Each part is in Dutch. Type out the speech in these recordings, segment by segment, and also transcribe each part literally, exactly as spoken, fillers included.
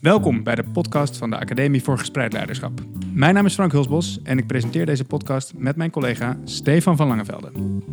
Welkom bij de podcast van de Academie voor Gespreid Leiderschap. Mijn naam is Frank Hulsbos en ik presenteer deze podcast met mijn collega Stefan van Langevelde.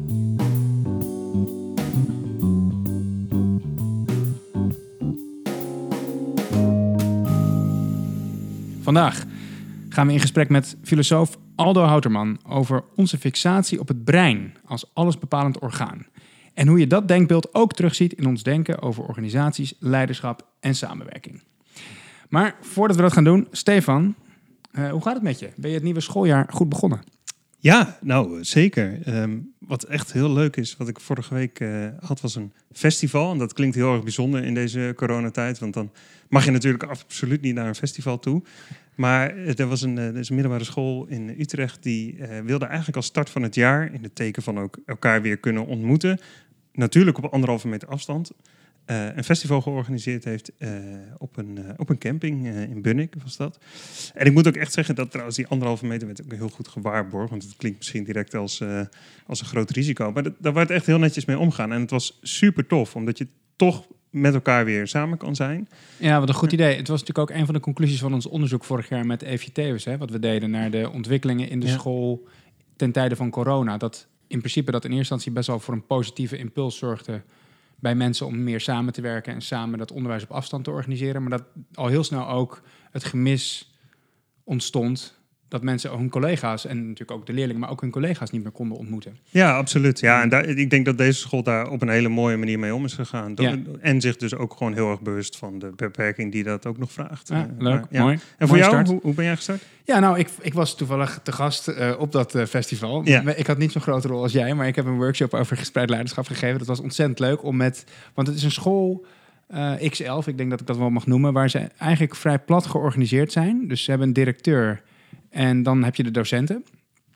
Vandaag gaan we in gesprek met filosoof Aldo Houterman over onze fixatie op het brein als allesbepalend orgaan. En hoe je dat denkbeeld ook terugziet in ons denken over organisaties, leiderschap en samenwerking. Maar voordat we dat gaan doen, Stefan, uh, hoe gaat het met je? Ben je het nieuwe schooljaar goed begonnen? Ja, nou zeker. Um, wat echt heel leuk is, wat ik vorige week uh, had, was een festival. En dat klinkt heel erg bijzonder in deze coronatijd, want dan mag je natuurlijk absoluut niet naar een festival toe. Maar er was een, er is een middelbare school in Utrecht die uh, wilde eigenlijk als start van het jaar, in het teken van ook elkaar weer kunnen ontmoeten, natuurlijk op anderhalve meter afstand, Uh, een festival georganiseerd heeft uh, op, een, uh, op een camping uh, in Bunnik was dat. En ik moet ook echt zeggen dat trouwens die anderhalve meter werd ook heel goed gewaarborgd. Want het klinkt misschien direct als, uh, als een groot risico. Maar dat, daar werd echt heel netjes mee omgaan. En het was super tof, omdat je toch met elkaar weer samen kan zijn. Ja, wat een goed idee. Het was natuurlijk ook een van de conclusies van ons onderzoek vorig jaar met Eefje Theeuwens, hè, wat we deden naar de ontwikkelingen in de ja. school ten tijde van corona. Dat in principe dat in eerste instantie best wel voor een positieve impuls zorgde bij mensen om meer samen te werken en samen dat onderwijs op afstand te organiseren. Maar dat al heel snel ook het gemis ontstond dat mensen hun collega's en natuurlijk ook de leerlingen, maar ook hun collega's niet meer konden ontmoeten. Ja, absoluut. Ja, en daar, ik denk dat deze school daar op een hele mooie manier mee om is gegaan. Ja. En zich dus ook gewoon heel erg bewust van de beperking die dat ook nog vraagt. Ja, leuk, maar, ja. mooi. En voor jou, hoe, hoe ben jij gestart? Ja, nou, ik, ik was toevallig te gast uh, op dat uh, festival. Ja. Ik had niet zo'n grote rol als jij, maar ik heb een workshop over gespreid leiderschap gegeven. Dat was ontzettend leuk om met, want het is een school uh, X elf, ik denk dat ik dat wel mag noemen, waar ze eigenlijk vrij plat georganiseerd zijn. Dus ze hebben een directeur en dan heb je de docenten.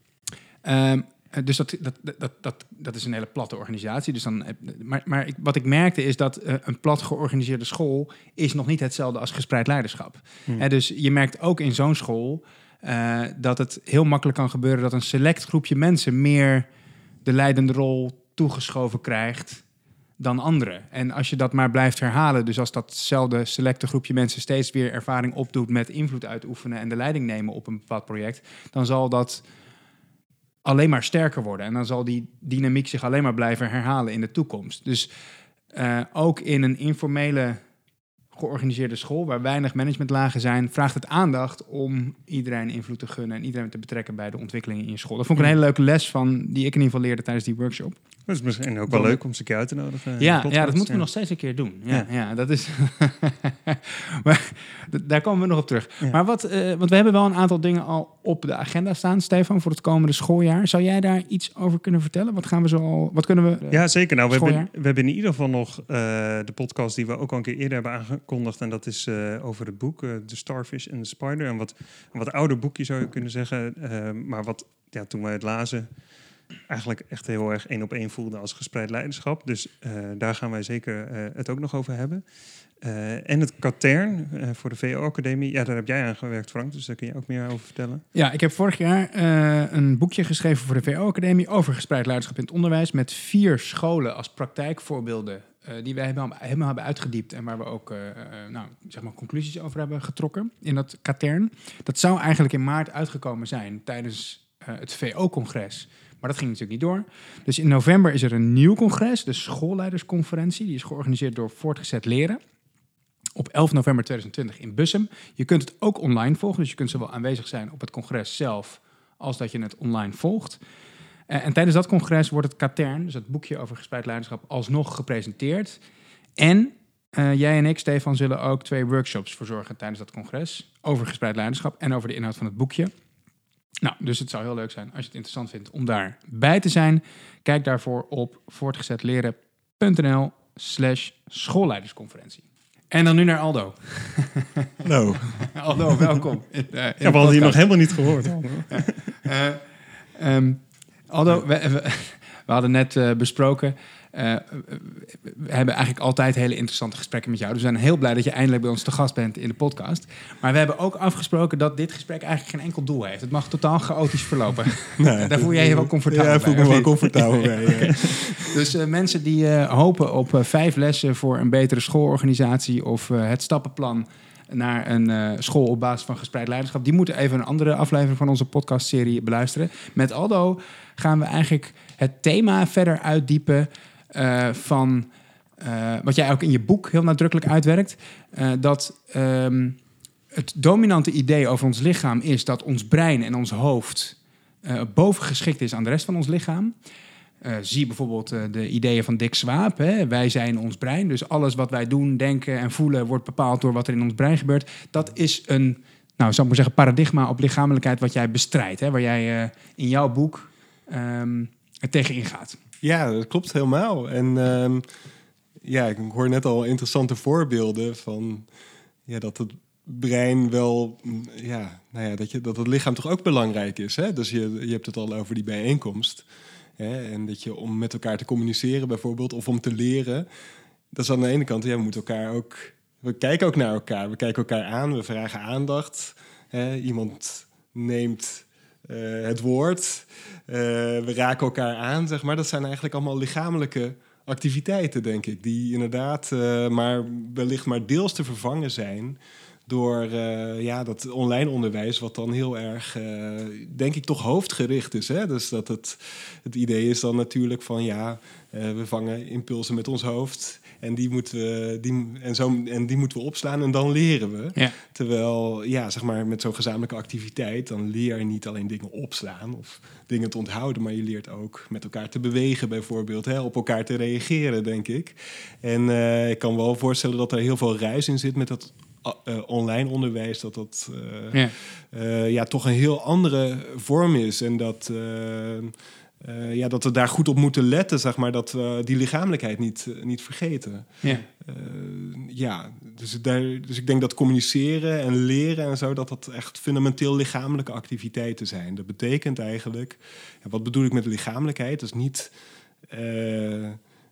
Um, dus dat, dat, dat, dat, dat is een hele platte organisatie. Dus dan, maar maar ik, wat ik merkte is dat uh, een plat georganiseerde school is nog niet hetzelfde als gespreid leiderschap. Hmm. He, dus je merkt ook in zo'n school uh, dat het heel makkelijk kan gebeuren dat een select groepje mensen meer de leidende rol toegeschoven krijgt dan anderen. En als je dat maar blijft herhalen, dus als datzelfde selecte groepje mensen steeds weer ervaring opdoet met invloed uitoefenen en de leiding nemen op een bepaald project, dan zal dat alleen maar sterker worden. En dan zal die dynamiek zich alleen maar blijven herhalen in de toekomst. Dus uh, ook in een informele georganiseerde school, waar weinig managementlagen zijn, vraagt het aandacht om iedereen invloed te gunnen en iedereen te betrekken bij de ontwikkelingen in je school. Dat vond ik een hele leuke les van die ik in ieder geval leerde tijdens die workshop. Dat is misschien ook wel leuk om ze een keer uit te nodigen. Ja, ja, dat moeten we ja. nog steeds een keer doen. Ja, ja. ja dat is. Maar daar komen we nog op terug. Ja. Maar wat, uh, want we hebben wel een aantal dingen al op de agenda staan, Stefan, voor het komende schooljaar. Zou jij daar iets over kunnen vertellen? Wat gaan we zo al? Wat kunnen we? Uh, ja, zeker. Nou, we hebben, we hebben in ieder geval nog uh, de podcast die we ook al een keer eerder hebben aangekondigd, en dat is uh, over het boek uh, The Starfish and the Spider. Een wat, een wat ouder boekje zou je kunnen zeggen, uh, maar wat ja, toen wij het lazen eigenlijk echt heel erg één op één voelde als gespreid leiderschap. Dus uh, daar gaan wij zeker uh, het ook nog over hebben. Uh, en het katern uh, voor de V O-academie. Ja, daar heb jij aan gewerkt, Frank. Dus daar kun je ook meer over vertellen. Ja, ik heb vorig jaar uh, een boekje geschreven voor de V O-academie over gespreid leiderschap in het onderwijs, met vier scholen als praktijkvoorbeelden uh, die wij helemaal, helemaal hebben uitgediept en waar we ook uh, uh, nou, zeg maar conclusies over hebben getrokken in dat katern. Dat zou eigenlijk in maart uitgekomen zijn tijdens uh, het V O-congres. Maar dat ging natuurlijk niet door. Dus in november is er een nieuw congres, de schoolleidersconferentie. Die is georganiseerd door Voortgezet Leren. Op elf november tweeduizend twintig in Bussum. Je kunt het ook online volgen, dus je kunt zowel aanwezig zijn op het congres zelf als dat je het online volgt. Uh, en tijdens dat congres wordt het katern, dus het boekje over gespreid leiderschap, alsnog gepresenteerd. En uh, jij en ik, Stefan, zullen ook twee workshops verzorgen tijdens dat congres over gespreid leiderschap en over de inhoud van het boekje. Nou, dus het zou heel leuk zijn als je het interessant vindt om daarbij te zijn. Kijk daarvoor op voortgezetleren.nl slash schoolleidersconferentie. En dan nu naar Aldo. Hallo. Aldo, welkom. In, uh, in ja, we hadden hier nog helemaal niet gehoord. ja. uh, um, Aldo, we, we, we hadden net uh, besproken, Uh, we hebben eigenlijk altijd hele interessante gesprekken met jou. Dus we zijn heel blij dat je eindelijk bij ons te gast bent in de podcast. Maar we hebben ook afgesproken dat dit gesprek eigenlijk geen enkel doel heeft. Het mag totaal chaotisch verlopen. Nee, daar voel jij je wel comfortabel ja, bij. Ja, voel me wel comfortabel bij. Ja. Dus uh, mensen die uh, hopen op uh, vijf lessen voor een betere schoolorganisatie of uh, het stappenplan naar een uh, school op basis van gespreid leiderschap, die moeten even een andere aflevering van onze podcastserie beluisteren. Met Aldo gaan we eigenlijk het thema verder uitdiepen uh, van uh, wat jij ook in je boek heel nadrukkelijk uitwerkt. Uh, dat um, het dominante idee over ons lichaam is dat ons brein en ons hoofd uh, bovengeschikt is aan de rest van ons lichaam. Uh, zie bijvoorbeeld uh, de ideeën van Dick Swaap. Hè? Wij zijn ons brein. Dus alles wat wij doen, denken en voelen wordt bepaald door wat er in ons brein gebeurt. Dat is een, nou, zou ik maar zeggen, paradigma op lichamelijkheid wat jij bestrijdt. Hè? Waar jij uh, in jouw boek um, er tegen ingaat. Ja, dat klopt helemaal. En um, ja, ik hoor net al interessante voorbeelden van ja, dat het brein wel, ja, nou ja, dat, je, dat het lichaam toch ook belangrijk is. Hè? Dus je, je hebt het al over die bijeenkomst. Hè? En dat je om met elkaar te communiceren bijvoorbeeld, of om te leren. Dat is aan de ene kant, ja, we moeten elkaar ook, we kijken ook naar elkaar. We kijken elkaar aan, we vragen aandacht. Hè? Iemand neemt uh, het woord. Uh, we raken elkaar aan, zeg maar. Dat zijn eigenlijk allemaal lichamelijke activiteiten, denk ik. Die inderdaad uh, maar wellicht maar deels te vervangen zijn door uh, ja, dat online onderwijs, wat dan heel erg, uh, denk ik, toch hoofdgericht is. Hè? Dus dat het, het idee is dan natuurlijk van, ja, uh, we vangen impulsen met ons hoofd en die moeten we, die, en zo, en die moeten we opslaan en dan leren we. Ja. Terwijl, ja, zeg maar, met zo'n gezamenlijke activiteit, dan leer je niet alleen dingen opslaan of dingen te onthouden, maar je leert ook met elkaar te bewegen bijvoorbeeld, hè? Op elkaar te reageren, denk ik. En uh, ik kan wel voorstellen dat er heel veel ruis in zit met dat Uh, online onderwijs, dat dat uh, ja. Uh, ja, toch een heel andere vorm is. En dat, uh, uh, ja, dat we daar goed op moeten letten, zeg maar, dat we die lichamelijkheid niet, uh, niet vergeten. Ja, uh, ja dus, daar, dus ik denk dat communiceren en leren en zo, dat dat echt fundamenteel lichamelijke activiteiten zijn. Dat betekent eigenlijk, ja, wat bedoel ik met lichamelijkheid? Dat is niet Uh,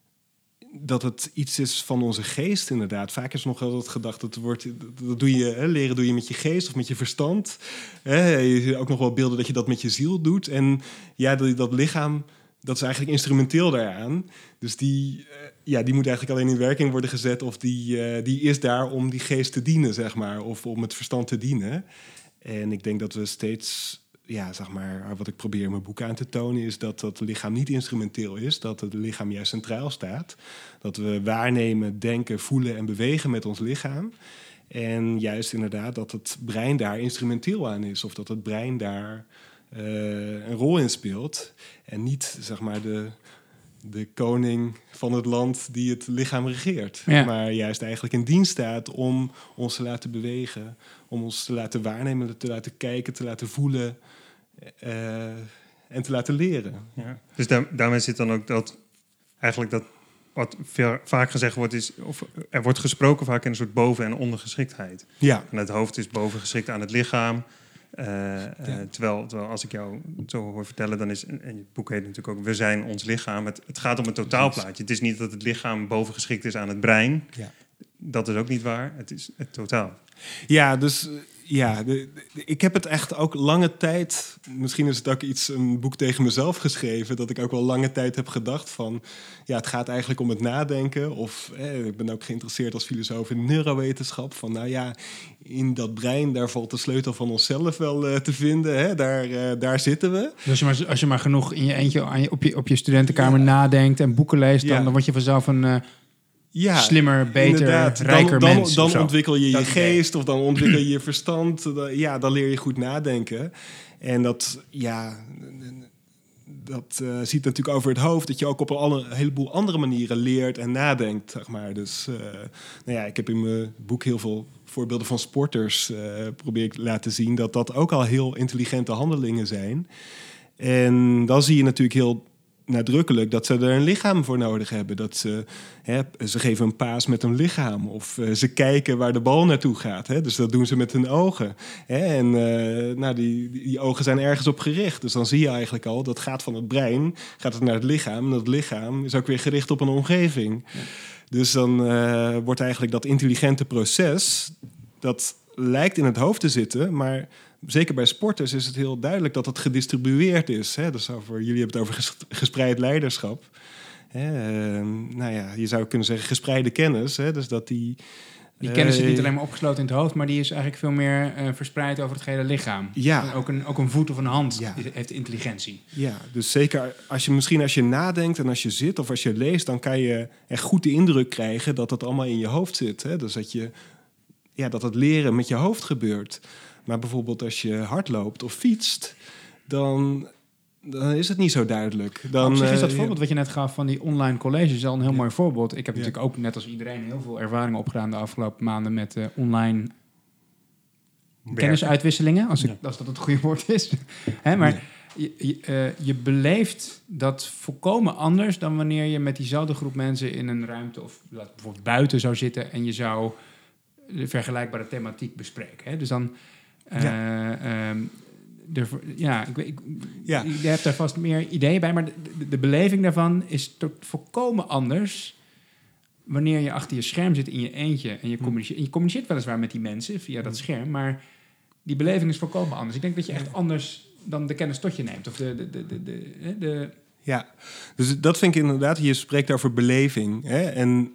dat het iets is van onze geest, inderdaad. Vaak is nog altijd gedacht, dat wordt, dat doe je, hè, leren doe je met je geest of met je verstand. Hè, je ziet ook nog wel beelden dat je dat met je ziel doet. En ja, dat, dat lichaam, dat is eigenlijk instrumenteel daaraan. Dus die, uh, ja, die moet eigenlijk alleen in werking worden gezet, of die, uh, die is daar om die geest te dienen, zeg maar, of om het verstand te dienen. En ik denk dat we steeds, ja, zeg maar, wat ik probeer in mijn boek aan te tonen, is dat dat lichaam niet instrumenteel is, dat het lichaam juist centraal staat. Dat we waarnemen, denken, voelen en bewegen met ons lichaam. En juist inderdaad dat het brein daar instrumenteel aan is, of dat het brein daar uh, een rol in speelt. En niet, zeg maar, de, de koning van het land die het lichaam regeert. Ja. Maar juist eigenlijk in dienst staat om ons te laten bewegen, om ons te laten waarnemen, te laten kijken, te laten voelen uh, en te laten leren. Ja. Dus daar, daarmee zit dan ook dat eigenlijk dat wat veel, vaak gezegd wordt is, of er wordt gesproken vaak in een soort boven- en ondergeschiktheid. Ja. En het hoofd is bovengeschikt aan het lichaam. Uh, ja. uh, terwijl, terwijl als ik jou zo hoor vertellen, dan is, en het boek heet natuurlijk ook, we zijn ons lichaam. Het, het gaat om het totaalplaatje. Het is niet dat het lichaam bovengeschikt is aan het brein. Ja. Dat is ook niet waar. Het is het totaal. Ja, dus ja, de, de, ik heb het echt ook lange tijd, misschien is het ook iets, een boek tegen mezelf geschreven, dat ik ook wel lange tijd heb gedacht van, ja, het gaat eigenlijk om het nadenken. Of eh, ik ben ook geïnteresseerd als filosoof in neurowetenschap. Van nou ja, in dat brein, daar valt de sleutel van onszelf wel uh, te vinden. Hè? Daar, uh, daar zitten we. Dus als je maar, als je maar genoeg in je eentje aan je, op, je, op je studentenkamer ja. nadenkt en boeken leest, dan, ja. dan word je vanzelf een Uh, Ja, slimmer, beter, inderdaad. rijker dan, mens. Dan, dan ontwikkel je je dat geest idee. Of dan ontwikkel je je verstand. Ja, dan leer je goed nadenken. En dat, ja, dat uh, ziet natuurlijk over het hoofd, dat je ook op een, alle, een heleboel andere manieren leert en nadenkt, zeg maar. Dus, uh, nou ja, ik heb in mijn boek heel veel voorbeelden van sporters uh, probeer ik laten zien dat dat ook al heel intelligente handelingen zijn. En dan zie je natuurlijk heel nadrukkelijk dat ze er een lichaam voor nodig hebben. Dat ze, hè, ze geven een paas met een lichaam. Of uh, ze kijken waar de bal naartoe gaat. Hè. Dus dat doen ze met hun ogen. Hè. En uh, nou, die, die ogen zijn ergens op gericht. Dus dan zie je eigenlijk al, dat gaat van het brein, gaat het naar het lichaam. En dat lichaam is ook weer gericht op een omgeving. Ja. Dus dan uh, wordt eigenlijk dat intelligente proces, dat lijkt in het hoofd te zitten, maar zeker bij sporters is het heel duidelijk dat het gedistribueerd is. Hè? Dus over, jullie hebben het over gespreid leiderschap. Hè? Uh, nou ja, je zou kunnen zeggen gespreide kennis. Hè? Dus dat die, Die kennis zit niet alleen maar opgesloten in het hoofd, maar die is eigenlijk veel meer uh, verspreid over het hele lichaam. Ja. Ook een, ook een voet of een hand ja. heeft intelligentie. Ja, dus zeker als je misschien als je nadenkt en als je zit of als je leest, dan kan je echt goed de indruk krijgen dat dat allemaal in je hoofd zit. Hè? Dus dat je, ja, dat het leren met je hoofd gebeurt. Maar bijvoorbeeld als je hardloopt of fietst, dan, dan is het niet zo duidelijk. Dan, Op zich is dat uh, voorbeeld wat je net gaf van die online colleges al een heel ja. mooi voorbeeld. Ik heb ja. natuurlijk ook, net als iedereen, heel veel ervaringen opgedaan de afgelopen maanden met uh, online Werken. kennisuitwisselingen, als, ik, ja. als dat het goede woord is. Hè, maar ja. je, je, uh, je beleeft dat volkomen anders dan wanneer je met diezelfde groep mensen in een ruimte of bijvoorbeeld buiten zou zitten en je zou de vergelijkbare thematiek bespreken. Hè? Dus dan... Uh, ja. Um, De, ja, ik, ik, ja, je hebt daar vast meer ideeën bij, maar de, de, de beleving daarvan is tot volkomen anders wanneer je achter je scherm zit in je eentje en je communiceert, en je communiceert weliswaar met die mensen via dat scherm, maar die beleving is volkomen anders. Ik denk dat je echt anders dan de kennis tot je neemt. Of de, de, de, de, de, de ja, dus dat vind ik inderdaad, je spreekt over beleving. Hè? En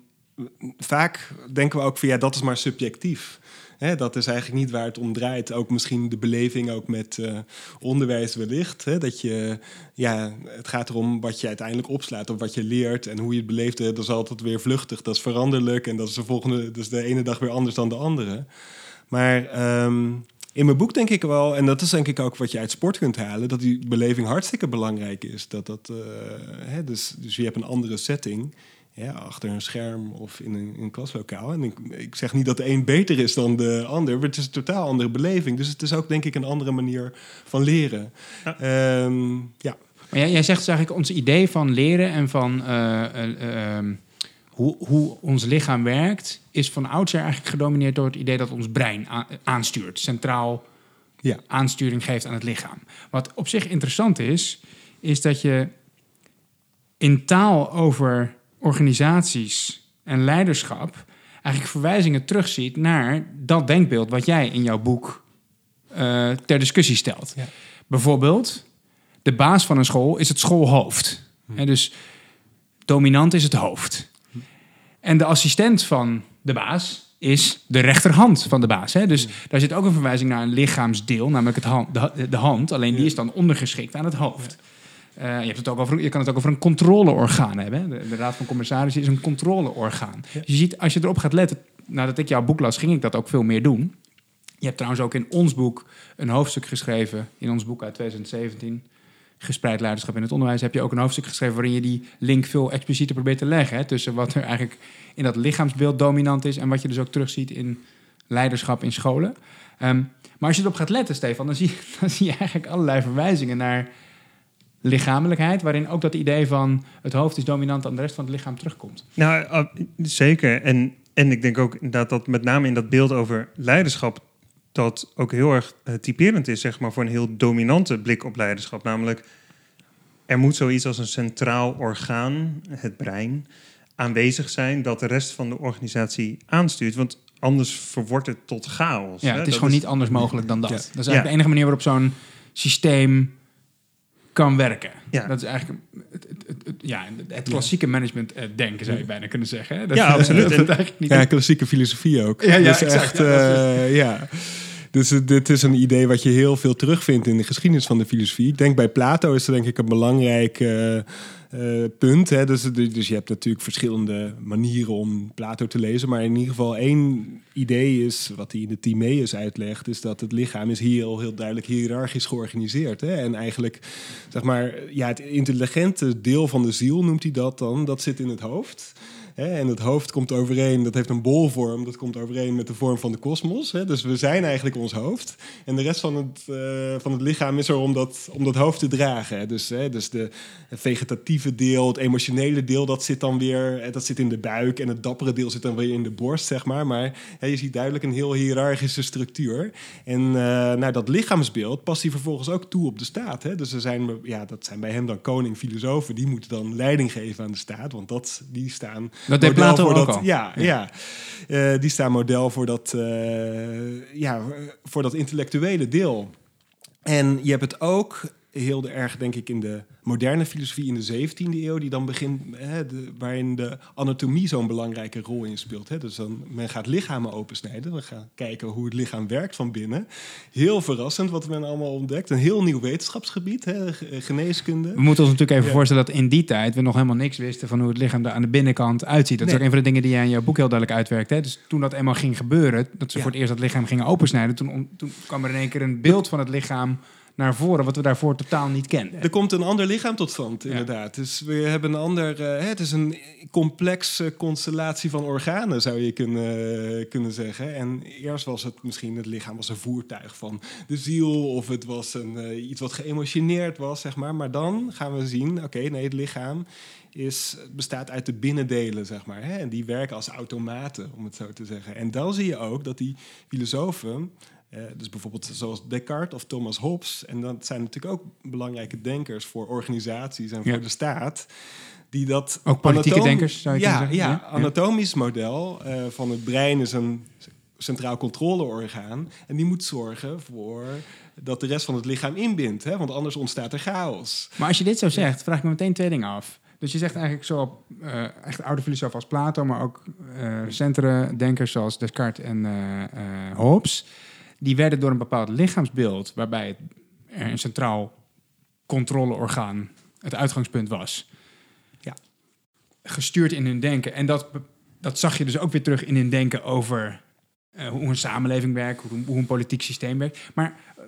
vaak denken we ook van ja, dat is maar subjectief. Hè, dat is eigenlijk niet waar het om draait. Ook misschien de beleving ook met uh, onderwijs wellicht. Hè, dat je, ja, het gaat erom wat je uiteindelijk opslaat of wat je leert en hoe je het beleeft. Dat is altijd weer vluchtig, dat is veranderlijk en dat is de volgende, dus de ene dag weer anders dan de andere. Maar um, in mijn boek denk ik wel, en dat is denk ik ook wat je uit sport kunt halen, dat die beleving hartstikke belangrijk is. Dat dat, uh, hè, dus, dus je hebt een andere setting. Ja, achter een scherm of in een, in een klaslokaal. En ik, ik zeg niet dat de een beter is dan de ander, maar het is een totaal andere beleving. Dus het is ook, denk ik, een andere manier van leren. Ja. Um, ja. Maar jij, jij zegt dus eigenlijk ons idee van leren en van uh, uh, uh, hoe, hoe ons lichaam werkt, is van oudsher eigenlijk gedomineerd door het idee dat ons brein a- aanstuurt. Centraal ja. aansturing geeft aan het lichaam. Wat op zich interessant is, is dat je in taal over organisaties en leiderschap eigenlijk verwijzingen terugziet naar dat denkbeeld wat jij in jouw boek uh, ter discussie stelt. Ja. Bijvoorbeeld, de baas van een school is het schoolhoofd. Hm. He, dus dominant is het hoofd. Hm. En de assistent van de baas is de rechterhand van de baas. Hè? Dus hm. daar zit ook een verwijzing naar een lichaamsdeel, namelijk het hand, de, de hand. Alleen ja. die is dan ondergeschikt aan het hoofd. Ja. Uh, je, hebt het ook over, je kan het ook over een controleorgaan hebben. Hè? De, de Raad van Commissarissen is een controleorgaan. Ja. Dus je ziet, als je erop gaat letten, nadat ik jouw boek las, ging ik dat ook veel meer doen. Je hebt trouwens ook in ons boek een hoofdstuk geschreven, in ons boek uit twintig zeventien, Gespreid leiderschap in het onderwijs, heb je ook een hoofdstuk geschreven waarin je die link veel explicieter probeert te leggen. Hè? Tussen wat er eigenlijk in dat lichaamsbeeld dominant is en wat je dus ook terugziet in leiderschap in scholen. Um, maar als je erop gaat letten, Stefan, dan zie, dan zie je eigenlijk allerlei verwijzingen naar lichamelijkheid, waarin ook dat idee van het hoofd is dominant aan de rest van het lichaam terugkomt. Nou, uh, zeker. En, en ik denk ook inderdaad dat met name in dat beeld over leiderschap dat ook heel erg uh, typerend is, zeg maar, voor een heel dominante blik op leiderschap. Namelijk, er moet zoiets als een centraal orgaan, het brein, aanwezig zijn dat de rest van de organisatie aanstuurt. Want anders verwordt het tot chaos. Ja, hè? het is dat gewoon is... niet anders mogelijk dan dat. Ja. Dat is eigenlijk ja. de enige manier waarop zo'n systeem kan werken. Ja. Dat is eigenlijk het, het, het, het, ja, het klassieke ja. management uh, denken, zou je bijna kunnen zeggen. Hè? Dat, ja, absoluut. Dat, dat eigenlijk niet ja, klassieke filosofie ook. Ja, ja, dus exact. Echt, ja, uh, ja. Dus uh, dit is een idee wat je heel veel terugvindt in de geschiedenis van de filosofie. Ik denk bij Plato is er denk ik een belangrijk uh, uh, punt. Hè? Dus, dus je hebt natuurlijk verschillende manieren om Plato te lezen. Maar in ieder geval één idee is, wat hij in de Timaeus uitlegt, is dat het lichaam is hier al heel duidelijk hiërarchisch georganiseerd. Hè? En eigenlijk, zeg maar, ja, het intelligente deel van de ziel noemt hij dat dan. Dat zit in het hoofd. Hè, en het hoofd komt overeen, dat heeft een bolvorm, dat komt overeen met de vorm van de kosmos. Dus we zijn eigenlijk ons hoofd. En de rest van het, uh, van het lichaam is er om dat, om dat hoofd te dragen. Hè. Dus, hè, dus de vegetatieve deel, het emotionele deel, dat zit dan weer dat zit in de buik. En het dappere deel zit dan weer in de borst, zeg maar. Maar hè, je ziet duidelijk een heel hiërarchische structuur. En uh, nou, dat lichaamsbeeld past hij vervolgens ook toe op de staat. Hè. Dus er zijn, ja, dat zijn bij hem dan koning, filosofen. Die moeten dan leiding geven aan de staat, want dat, die staan... Dat deed Plato voor ook dat, al. Ja, ja. ja. Uh, die staan model voor dat, uh, ja, voor dat intellectuele deel. En je hebt het ook heel erg, denk ik, in de moderne filosofie in de zeventiende eeuw, die dan begint, hè, de, waarin de anatomie zo'n belangrijke rol in speelt. Hè. Dus dan, men gaat lichamen opensnijden. We gaan kijken hoe het lichaam werkt van binnen. Heel verrassend wat men allemaal ontdekt. Een heel nieuw wetenschapsgebied, hè, geneeskunde. We moeten ons natuurlijk even ja. voorstellen dat in die tijd we nog helemaal niks wisten van hoe het lichaam er aan de binnenkant uitziet. Dat nee. is ook een van de dingen die jij in jouw boek heel duidelijk uitwerkt. Hè? Dus toen dat eenmaal ging gebeuren, dat ze Ja. voor het eerst dat lichaam gingen opensnijden, toen, toen kwam er in één keer een beeld van het lichaam naar voren, wat we daarvoor totaal niet kenden. Er komt een ander lichaam tot stand, inderdaad. Ja. Dus we hebben een ander... Uh, het is een complexe constellatie van organen, zou je kunnen, uh, kunnen zeggen. En eerst was het misschien... Het lichaam was een voertuig van de ziel, of het was een, uh, iets wat geëmotioneerd was, zeg maar. Maar dan gaan we zien, oké, okay, nee, het lichaam is, bestaat uit de binnendelen, zeg maar. Hè? En die werken als automaten, om het zo te zeggen. En dan zie je ook dat die filosofen... Uh, dus bijvoorbeeld zoals Descartes of Thomas Hobbes... en dat zijn natuurlijk ook belangrijke denkers voor organisaties en voor ja. de staat... die dat ook politieke anatom- denkers, zou je ja, kunnen zeggen? Ja, ja, anatomisch model uh, van het brein is een centraal controleorgaan... en die moet zorgen voor dat de rest van het lichaam inbindt. Hè? Want anders ontstaat er chaos. Maar als je dit zo zegt, vraag ik me meteen twee dingen af. Dus je zegt eigenlijk zo op uh, echt oude filosofen als Plato... maar ook uh, recentere denkers zoals Descartes en uh, uh, Hobbes... die werden door een bepaald lichaamsbeeld... waarbij het, er een centraal controleorgaan het uitgangspunt was... Ja. gestuurd in hun denken. En dat, dat zag je dus ook weer terug in hun denken over... Uh, hoe een samenleving werkt, hoe, hoe een politiek systeem werkt. Maar uh,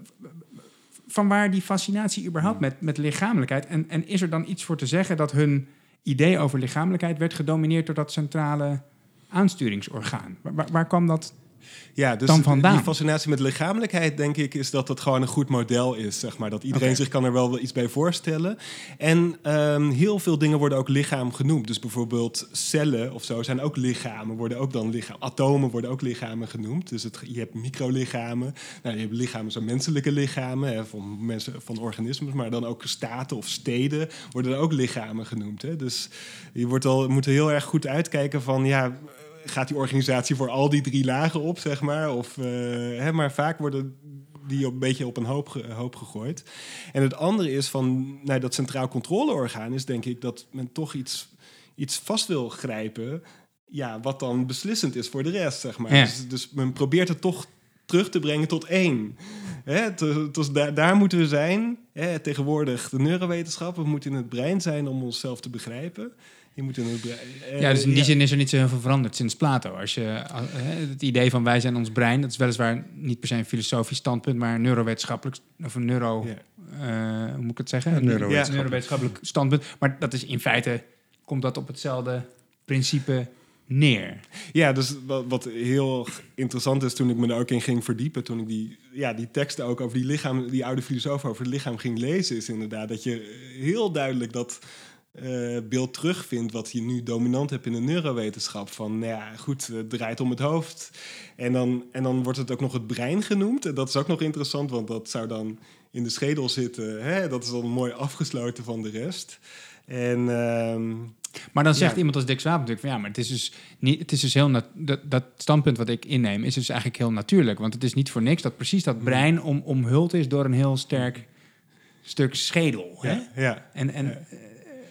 vanwaar die fascinatie überhaupt met, met lichamelijkheid? En, en is er dan iets voor te zeggen dat hun idee over lichamelijkheid... werd gedomineerd door dat centrale aansturingsorgaan? Waar, waar kwam dat... Ja, dus dan vandaan. Die fascinatie met lichamelijkheid, denk ik, is dat dat gewoon een goed model is, zeg maar. Dat iedereen okay. zich kan er wel iets bij voorstellen. En um, heel veel dingen worden ook lichaam genoemd. Dus bijvoorbeeld cellen of zo zijn ook lichamen, worden ook dan lichaam. Atomen worden ook lichamen genoemd. Dus het, je hebt microlichamen. Nou, je hebt lichamen, zo menselijke lichamen, hè, van mensen, van organismen, maar dan ook staten of steden worden er ook lichamen genoemd. Hè. Dus je wordt al, moet er heel erg goed uitkijken van, ja, gaat die organisatie voor al die drie lagen op, zeg maar? Of, uh, hè, maar vaak worden die een beetje op een hoop, ge- hoop gegooid. En het andere is van, nou, dat centraal controleorgaan is, denk ik, dat men toch iets, iets vast wil grijpen, ja, wat dan beslissend is voor de rest, zeg maar. Ja. Dus, dus men probeert het toch terug te brengen tot één. Hè, t- t- daar, daar moeten we zijn. Hè, tegenwoordig de neurowetenschap, we moeten in het brein zijn om onszelf te begrijpen. Je moet in het brein, uh, ja, dus in die ja. zin is er niet zo heel veel veranderd sinds Plato. Als je, uh, het idee van wij zijn ons brein, dat is weliswaar niet per se een filosofisch standpunt, maar een neurowetenschappelijk of een neuro, Ja. uh, hoe moet ik het zeggen? Een Een neurowetenschappelijk. neurowetenschappelijk standpunt. Maar dat is in feite, komt dat op hetzelfde principe neer. Ja, dus wat, wat heel interessant is toen ik me er ook in ging verdiepen, toen ik die, ja, die teksten ook over die lichaam, die oude filosoof over het lichaam ging lezen, is inderdaad dat je heel duidelijk dat uh, beeld terugvindt wat je nu dominant hebt in de neurowetenschap. Van, nou ja, goed, het draait om het hoofd. En dan, en dan wordt het ook nog het brein genoemd. En dat is ook nog interessant, want dat zou dan in de schedel zitten. Hè? Dat is dan mooi afgesloten van de rest. En Um, Maar dan zegt ja. iemand als Dick Swaap natuurlijk van ja, maar het is dus niet, het is dus heel nat- dat, dat standpunt wat ik inneem is dus eigenlijk heel natuurlijk, want het is niet voor niks dat precies dat brein om, omhuld is door een heel sterk stuk schedel. Hè? Ja, ja. En, en Ja. uh,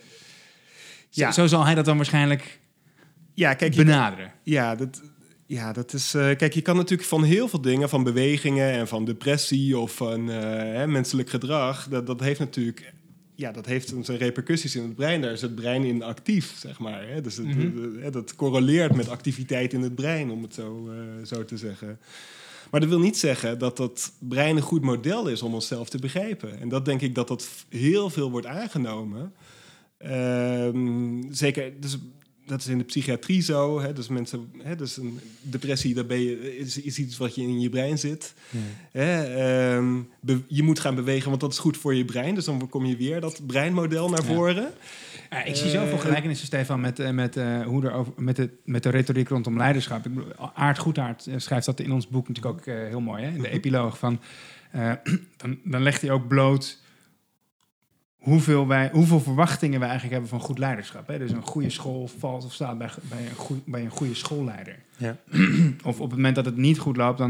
Ja. zo, zo zal hij dat dan waarschijnlijk Ja, kijk, je, benaderen. ja, dat, ja, dat is. Uh, kijk, je kan natuurlijk van heel veel dingen, van bewegingen en van depressie of van uh, hè, menselijk gedrag, dat, dat heeft natuurlijk. Ja, dat heeft zijn repercussies in het brein. Daar is het brein in actief, zeg maar. Hè? Dus het, Mm-hmm. de, de, dat correleert met activiteit in het brein, om het zo, uh, zo te zeggen. Maar dat wil niet zeggen dat dat brein een goed model is om onszelf te begrijpen. En dat denk ik dat dat heel veel wordt aangenomen. Um, zeker, dus dat is in de psychiatrie zo. Hè? Dus mensen, hè? Dus een depressie, dat ben je, is, is iets wat je in je brein zit. Ja. Hè? Um, be, je moet gaan bewegen, want dat is goed voor je brein. Dus dan kom je weer dat breinmodel naar Ja. voren. Ja, ik zie zoveel gelijkenissen, Stefan, met, uh, met, uh, hoe er over, met, de, met de retoriek rondom leiderschap. Ik bedoel, Aart Goedhart uh, schrijft dat in ons boek natuurlijk ook uh, heel mooi, hè? In de epiloog van. Uh, dan, dan legt hij ook bloot hoeveel, wij, hoeveel verwachtingen wij eigenlijk hebben van goed leiderschap. Hè? Dus een goede school valt of staat bij, bij, een, goeie, bij een goede schoolleider. Ja. Of op het moment dat het niet goed loopt, dan,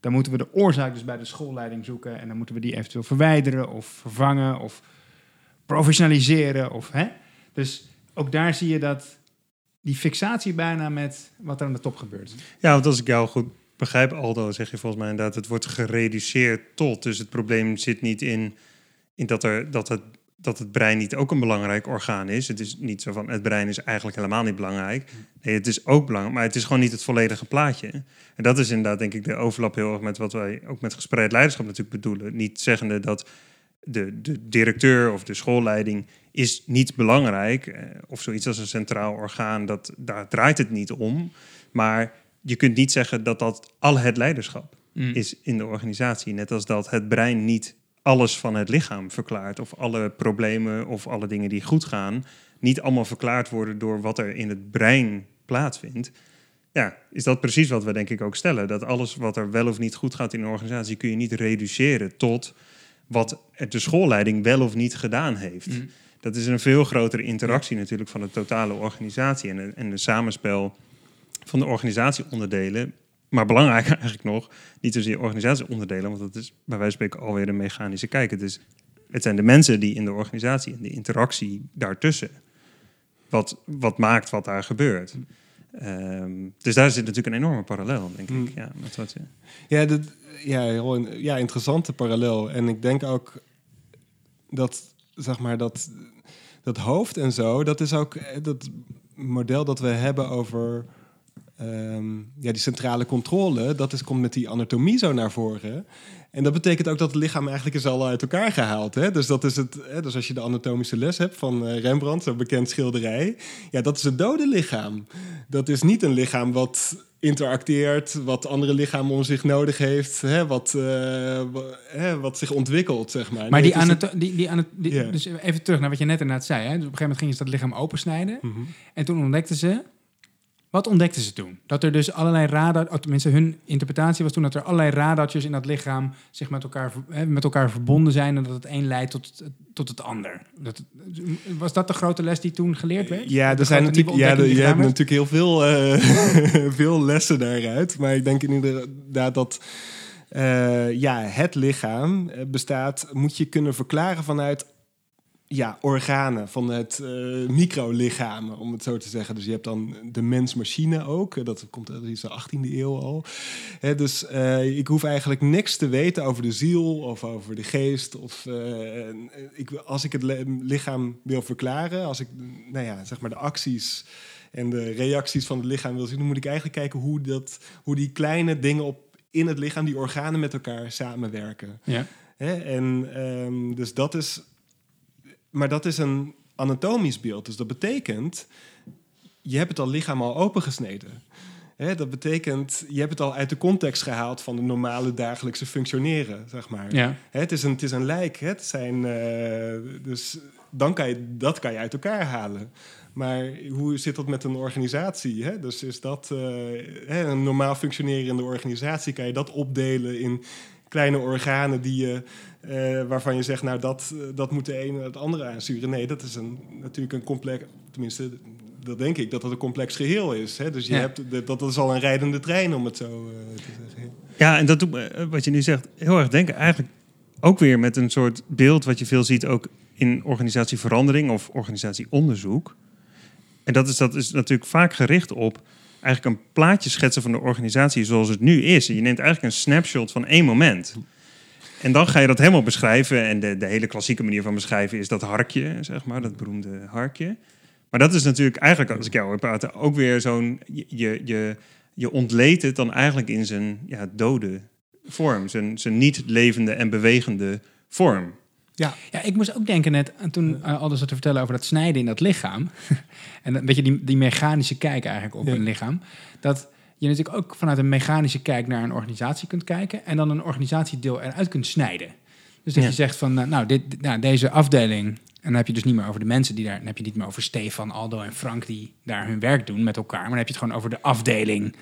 dan moeten we de oorzaak dus bij de schoolleiding zoeken en dan moeten we die eventueel verwijderen of vervangen of professionaliseren. Of, hè? Dus ook daar zie je dat die fixatie bijna met wat er aan de top gebeurt. Ja, want als ik jou goed begrijp, Aldo, zeg je volgens mij inderdaad, het wordt gereduceerd tot. Dus het probleem zit niet in, in dat, er, dat, het, dat het brein niet ook een belangrijk orgaan is. Het is niet zo van, het brein is eigenlijk helemaal niet belangrijk. Nee, het is ook belangrijk, maar het is gewoon niet het volledige plaatje. En dat is inderdaad, denk ik, de overlap heel erg met wat wij ook met gespreid leiderschap natuurlijk bedoelen. Niet zeggende dat de, de directeur of de schoolleiding is niet belangrijk, eh, of zoiets als een centraal orgaan, dat, daar draait het niet om. Maar je kunt niet zeggen dat dat al het leiderschap mm. is in de organisatie. Net als dat het brein niet alles van het lichaam verklaart, of alle problemen of alle dingen die goed gaan niet allemaal verklaard worden door wat er in het brein plaatsvindt. Ja, is dat precies wat we denk ik ook stellen. Dat alles wat er wel of niet goed gaat in een organisatie kun je niet reduceren tot wat de schoolleiding wel of niet gedaan heeft. Mm. Dat is een veel grotere interactie natuurlijk van de totale organisatie en een, en een samenspel van de organisatieonderdelen. Maar belangrijk eigenlijk nog, niet zozeer organisatieonderdelen, want dat is bij wijze van spreken alweer een mechanische kijk. Het, is, het zijn de mensen die in de organisatie en de interactie daartussen wat, wat maakt wat daar gebeurt. Um, dus daar zit natuurlijk een enorme parallel, denk ik. Mm. Ja, met wat je... ja, dat, ja, heel, ja, interessante parallel. En ik denk ook dat, zeg maar, dat, dat hoofd en zo, dat is ook dat model dat we hebben over um, ja, die centrale controle, dat is, komt met die anatomie zo naar voren. En dat betekent ook dat het lichaam eigenlijk is al uit elkaar gehaald. Hè? Dus, dat is het, hè? Dus als je de anatomische les hebt van uh, Rembrandt, zo'n bekend schilderij, ja, dat is het dode lichaam. Dat is niet een lichaam wat interacteert, wat andere lichamen om zich nodig heeft, hè? Wat, uh, w- hè? wat zich ontwikkelt, zeg maar. Maar nee, die anato- het... die, die anato- die, yeah. Dus even terug naar wat je net inderdaad zei. Hè? Dus op een gegeven moment gingen ze dat lichaam opensnijden. Mm-hmm. En toen ontdekten ze... Wat ontdekten ze toen? Dat er dus allerlei radar... Tenminste, hun interpretatie was toen dat er allerlei radartjes in dat lichaam zich met elkaar, hè, met elkaar verbonden zijn en dat het een leidt tot het, tot het ander. Dat, was dat de grote les die toen geleerd werd? Ja, er zijn natuurlijk, ja, de, je hebt natuurlijk heel veel, uh, veel lessen daaruit. Maar ik denk inderdaad dat uh, ja, het lichaam bestaat, moet je kunnen verklaren vanuit ja, organen, van het uh, microlichamen, om het zo te zeggen. Dus je hebt dan de mens-machine ook. Dat komt uit de achttiende eeuw al. He, dus uh, ik hoef eigenlijk niks te weten over de ziel of over de geest. Of, uh, ik, als ik het lichaam wil verklaren, als ik nou ja, zeg maar de acties en de reacties van het lichaam wil zien, dan moet ik eigenlijk kijken hoe, dat, hoe die kleine dingen op, in het lichaam, die organen met elkaar samenwerken. Ja. He, en um, dus dat is... Maar dat is een anatomisch beeld. Dus dat betekent, je hebt het al lichaam al opengesneden. Hè, dat betekent, je hebt het al uit de context gehaald van de normale dagelijkse functioneren, zeg maar. Ja. Hè, het is een, het is een lijk. Hè, het zijn, uh, dus dan kan je, dat kan je uit elkaar halen. Maar hoe zit dat met een organisatie? Hè? Dus is dat uh, hè, een normaal functionerende organisatie? Kan je dat opdelen in kleine organen die je, uh, waarvan je zegt, nou, dat, uh, dat moet de ene het andere aansturen. Nee, dat is een, natuurlijk een complex, tenminste, dat denk ik, dat dat een complex geheel is. Hè? Dus je ja. hebt, dat, dat is al een rijdende trein, om het zo uh, te zeggen. Ja, en dat doet me, wat je nu zegt, heel erg denken eigenlijk ook weer met een soort beeld wat je veel ziet ook in organisatieverandering of organisatieonderzoek. En dat is, dat is natuurlijk vaak gericht op eigenlijk een plaatje schetsen van de organisatie zoals het nu is. Je neemt eigenlijk een snapshot van één moment. En dan ga je dat helemaal beschrijven. En de, de hele klassieke manier van beschrijven is dat harkje, zeg maar, dat beroemde harkje. Maar dat is natuurlijk eigenlijk, als ik jou hoor praten, ook weer zo'n... Je, je, je ontleedt het dan eigenlijk in zijn ja, dode vorm. Zijn, zijn niet levende en bewegende vorm. Ja. ja, ik moest ook denken net, toen uh, Aldus zat te vertellen over dat snijden in dat lichaam. En een beetje die, die mechanische kijk eigenlijk op ja. een lichaam. Dat je natuurlijk ook vanuit een mechanische kijk naar een organisatie kunt kijken. En dan een organisatiedeel eruit kunt snijden. Dus dat ja. je zegt van, uh, nou, dit, nou, deze afdeling. En dan heb je dus niet meer over de mensen die daar... Dan heb je niet meer over Stefan, Aldo en Frank die daar hun werk doen met elkaar. Maar dan heb je het gewoon over de afdeling...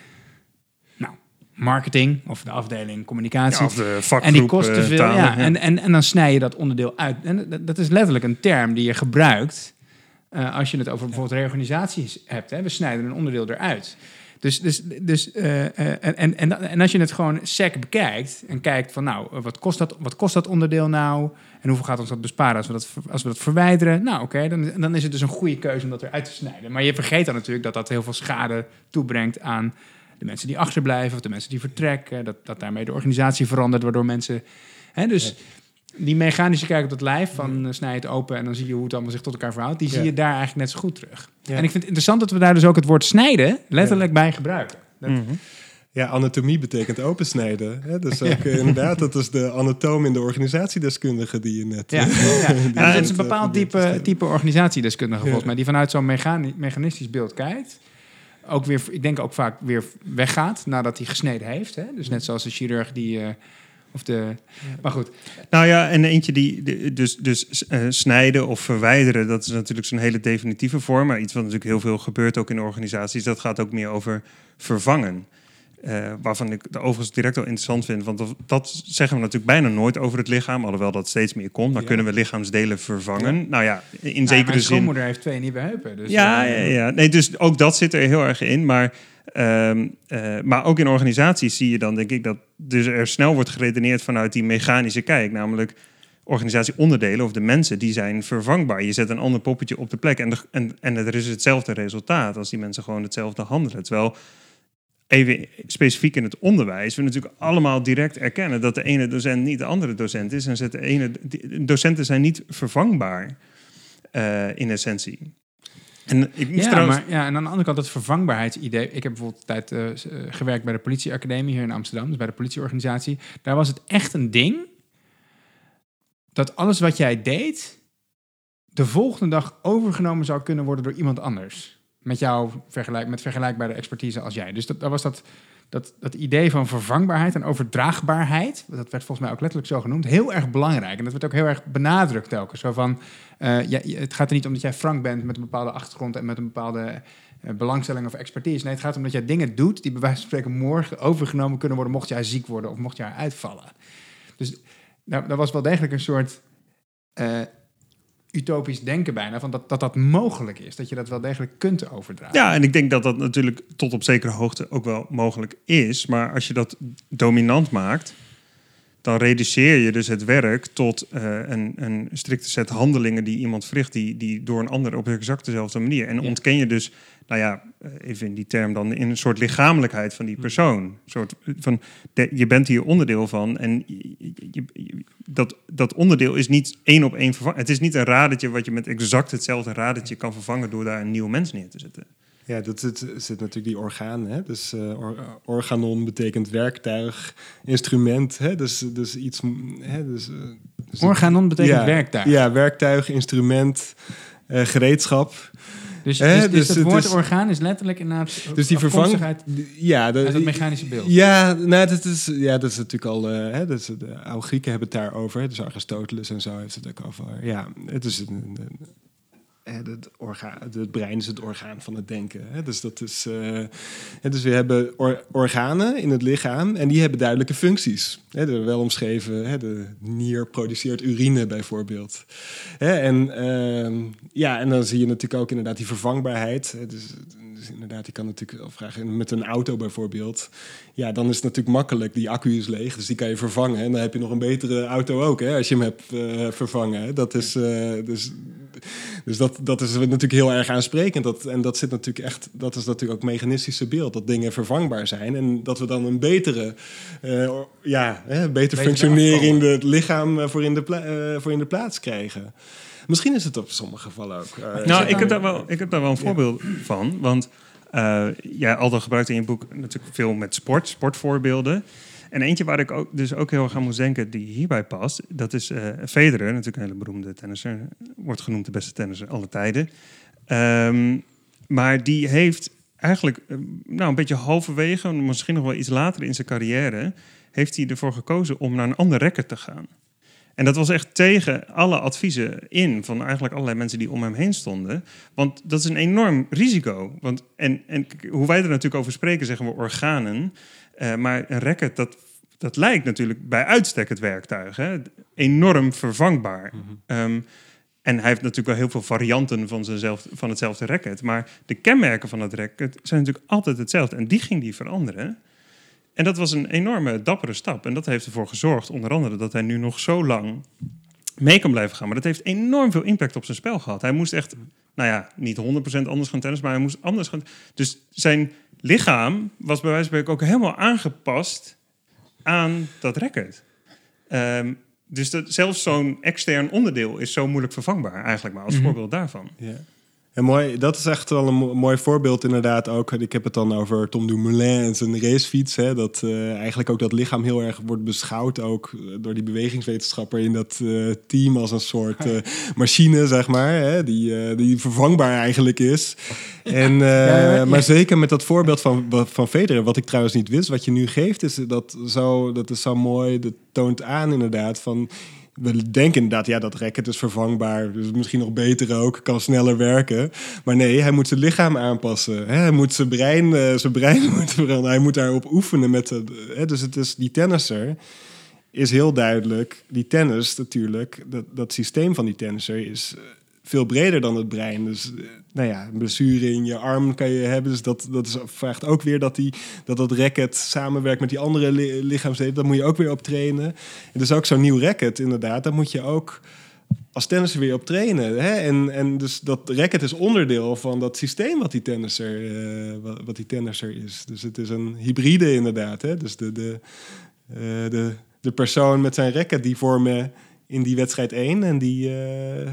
Nou, marketing of de afdeling communicatie. Ja, of de vakgroep, en die kost te veel. Talen, ja. ja. En, en, en dan snij je dat onderdeel uit. En dat, dat is letterlijk een term die je gebruikt uh, als je het over bijvoorbeeld reorganisaties hebt. Hè. We snijden een onderdeel eruit. Dus, dus, dus uh, uh, en, en, en, en als je het gewoon sec bekijkt en kijkt van nou, wat kost dat, wat kost dat onderdeel nou? En hoeveel gaat ons dat besparen als we dat, als we dat verwijderen? Nou oké, okay, dan, dan is het dus een goede keuze om dat eruit te snijden. Maar je vergeet dan natuurlijk dat dat heel veel schade toebrengt aan de mensen die achterblijven of de mensen die vertrekken. Dat, dat daarmee de organisatie verandert, waardoor mensen... Hè, dus ja. Die mechanische kijk op dat lijf van uh, snij het open en dan zie je hoe het allemaal zich tot elkaar verhoudt. Die ja. zie je daar eigenlijk net zo goed terug. Ja. En ik vind het interessant dat we daar dus ook het woord snijden letterlijk ja. bij gebruiken. Dat... Mm-hmm. Ja, anatomie betekent opensnijden. Hè? Dus ook ja. inderdaad, dat is de anatoom in de organisatiedeskundige die je net... Ja, uh, ja. die ja, het is een bepaald type, type organisatiedeskundige ja. volgens mij, die vanuit zo'n mechani- mechanistisch beeld kijkt. Ook weer, ik denk ook vaak weer weggaat nadat hij gesneden heeft. Hè? Dus net zoals de chirurg die... Uh, Of de, maar goed. Nou ja, en eentje die de, dus, dus uh, snijden of verwijderen, dat is natuurlijk zo'n hele definitieve vorm. Maar iets wat natuurlijk heel veel gebeurt ook in organisaties, dat gaat ook meer over vervangen. Uh, waarvan ik de overigens direct wel interessant vind. Want dat, dat zeggen we natuurlijk bijna nooit over het lichaam. Alhoewel dat steeds meer komt. Maar ja. kunnen we lichaamsdelen vervangen? Ja. Nou ja, in ja, zekere zin... Mijn schoonmoeder heeft twee nieuwe heupen. Dus ja, ja, ja. Nee, dus ook dat zit er heel erg in. Maar... Um, uh, maar ook in organisaties zie je dan, denk ik, dat dus er snel wordt geredeneerd vanuit die mechanische kijk. Namelijk, organisatieonderdelen of de mensen, die zijn vervangbaar. Je zet een ander poppetje op de plek en, de, en, en er is hetzelfde resultaat als die mensen gewoon hetzelfde handelen. Terwijl, even specifiek in het onderwijs, we natuurlijk allemaal direct erkennen dat de ene docent niet de andere docent is. En zet de ene, de docenten zijn niet vervangbaar uh, in essentie. En, ik moest ja, trouwens... maar, ja, en aan de andere kant het vervangbaarheidsidee. Ik heb bijvoorbeeld tijd uh, gewerkt bij de politieacademie hier in Amsterdam, dus bij de politieorganisatie. Daar was het echt een ding dat alles wat jij deed de volgende dag overgenomen zou kunnen worden door iemand anders. Met jou vergelijk, met vergelijkbare expertise als jij. Dus dat, dat was dat, dat, dat idee van vervangbaarheid en overdraagbaarheid, dat werd volgens mij ook letterlijk zo genoemd, heel erg belangrijk. En dat werd ook heel erg benadrukt telkens. Zo van, uh, ja, het gaat er niet om dat jij Frank bent met een bepaalde achtergrond en met een bepaalde uh, belangstelling of expertise. Nee, het gaat om dat jij dingen doet die bij wijze van spreken morgen overgenomen kunnen worden mocht jij ziek worden of mocht jij uitvallen. Dus nou, dat was wel degelijk een soort... Uh, utopisch denken bijna, van dat, dat dat mogelijk is. Dat je dat wel degelijk kunt overdragen. Ja, en ik denk dat dat natuurlijk tot op zekere hoogte ook wel mogelijk is. Maar als je dat dominant maakt, dan reduceer je dus het werk tot uh, een, een strikte set handelingen die iemand verricht, die, die door een ander op exact dezelfde manier. En ja. ontken je dus, nou ja, even in die term dan, in een soort lichamelijkheid van die persoon. Een soort van, de, je bent hier onderdeel van en je, je, je, dat, dat onderdeel is niet één op één vervangen. Het is niet een radertje wat je met exact hetzelfde radertje kan vervangen door daar een nieuw mens neer te zetten. Ja, dat zit, zit natuurlijk die orgaan. Hè? Dus uh, or, organon betekent werktuig, instrument. Hè? Dus, dus iets. Hè? Dus, uh, dus organon betekent ja, werktuig. Ja, werktuig, instrument, uh, gereedschap. Dus, dus, dus, dus het woord is, orgaan is letterlijk inderdaad dus die vervang, uit, ja, de, uit het mechanische beeld. Ja, nou, dat is, ja, dat is natuurlijk al... Uh, hè, dat is, de oude Grieken hebben het daarover. Hè, dus Aristoteles en zo heeft het ook over. Ja, het is een... een Het, orgaan, het brein is het orgaan van het denken. Hè? Dus, dat is, uh, dus we hebben or, organen in het lichaam en die hebben duidelijke functies. Hè? De wel omschreven, hè? De nier produceert urine bijvoorbeeld. Hè? En, uh, ja, en dan zie je natuurlijk ook inderdaad die vervangbaarheid. Hè? Dus, dus inderdaad, je kan natuurlijk vragen met een auto bijvoorbeeld. Ja, dan is het natuurlijk makkelijk. Die accu is leeg, dus die kan je vervangen. En dan heb je nog een betere auto ook, hè? Als je hem hebt uh, vervangen. Hè? Dat is... Uh, dus, Dus dat, dat is natuurlijk heel erg aansprekend. Dat, en dat zit natuurlijk echt, dat is natuurlijk ook mechanistische beeld. Dat dingen vervangbaar zijn. En dat we dan een betere, uh, ja, hè, beter Beter functionerende het lichaam voor in, de pla- uh, voor in de plaats krijgen. Misschien is het op sommige gevallen ook. Uh, nou, ik heb, daar wel, ik heb daar wel een voorbeeld ja. van. Want uh, jij altijd gebruikt in je boek natuurlijk veel met sport, sportvoorbeelden. En eentje waar ik ook, dus ook heel erg aan moest denken, die hierbij past, dat is uh, Federer, natuurlijk een hele beroemde tennisser. Wordt genoemd de beste tennisser aller tijden. Um, maar die heeft eigenlijk, uh, nou een beetje halverwege, misschien nog wel iets later in zijn carrière, heeft hij ervoor gekozen om naar een ander racket te gaan. En dat was echt tegen alle adviezen in van eigenlijk allerlei mensen die om hem heen stonden. Want dat is een enorm risico. Want, en, en hoe wij er natuurlijk over spreken, zeggen we organen. Uh, maar een racket, dat, dat lijkt natuurlijk bij uitstek het werktuig. Hè? Enorm vervangbaar. Mm-hmm. Um, En hij heeft natuurlijk wel heel veel varianten van, zijnzelf, van hetzelfde racket. Maar de kenmerken van het racket zijn natuurlijk altijd hetzelfde. En die ging die veranderen. En dat was een enorme dappere stap. En dat heeft ervoor gezorgd, onder andere, dat hij nu nog zo lang mee kan blijven gaan. Maar dat heeft enorm veel impact op zijn spel gehad. Hij moest echt, nou ja, niet honderd procent anders gaan tennis, maar hij moest anders gaan. Dus zijn lichaam was bij wijze van spreken ook helemaal aangepast aan dat racket. Um, dus dat, zelfs zo'n extern onderdeel is zo moeilijk vervangbaar eigenlijk maar als mm-hmm. voorbeeld daarvan. Ja. En mooi, dat is echt wel een mo- mooi voorbeeld inderdaad ook. Ik heb het dan over Tom Dumoulin en zijn racefiets. Hè, dat uh, eigenlijk ook dat lichaam heel erg wordt beschouwd ook door die bewegingswetenschapper in dat uh, team als een soort uh, machine, zeg maar. Hè, die, uh, die vervangbaar eigenlijk is. En, uh, ja, ja, ja. Maar zeker met dat voorbeeld van, van Federer, wat ik trouwens niet wist, wat je nu geeft, is dat zo, dat is zo mooi. Dat toont aan inderdaad van... We denken inderdaad, ja, dat racket is vervangbaar. Dus misschien nog beter ook, kan sneller werken. Maar nee, hij moet zijn lichaam aanpassen. Hè? Hij moet zijn brein, uh, zijn brein moet veranderen. Hij moet daarop oefenen. Met de, hè? Dus het is, die tennisser is heel duidelijk. Die tennis natuurlijk, dat, dat systeem van die tennisser is veel breder dan het brein. Dus nou ja, een blessure in je arm kan je hebben. Dus dat, dat is, vraagt ook weer dat, die, dat dat racket samenwerkt met die andere li- lichaamsdelen. Daar moet je ook weer op trainen. En dus ook zo'n nieuw racket inderdaad. Daar moet je ook als tennisser weer op trainen. Hè? En, en dus dat racket is onderdeel van dat systeem wat die tennisser, uh, wat, wat die tennisser is. Dus het is een hybride inderdaad. Hè? Dus de, de, uh, de, de persoon met zijn racket die vormen in die wedstrijd één. En die... Uh,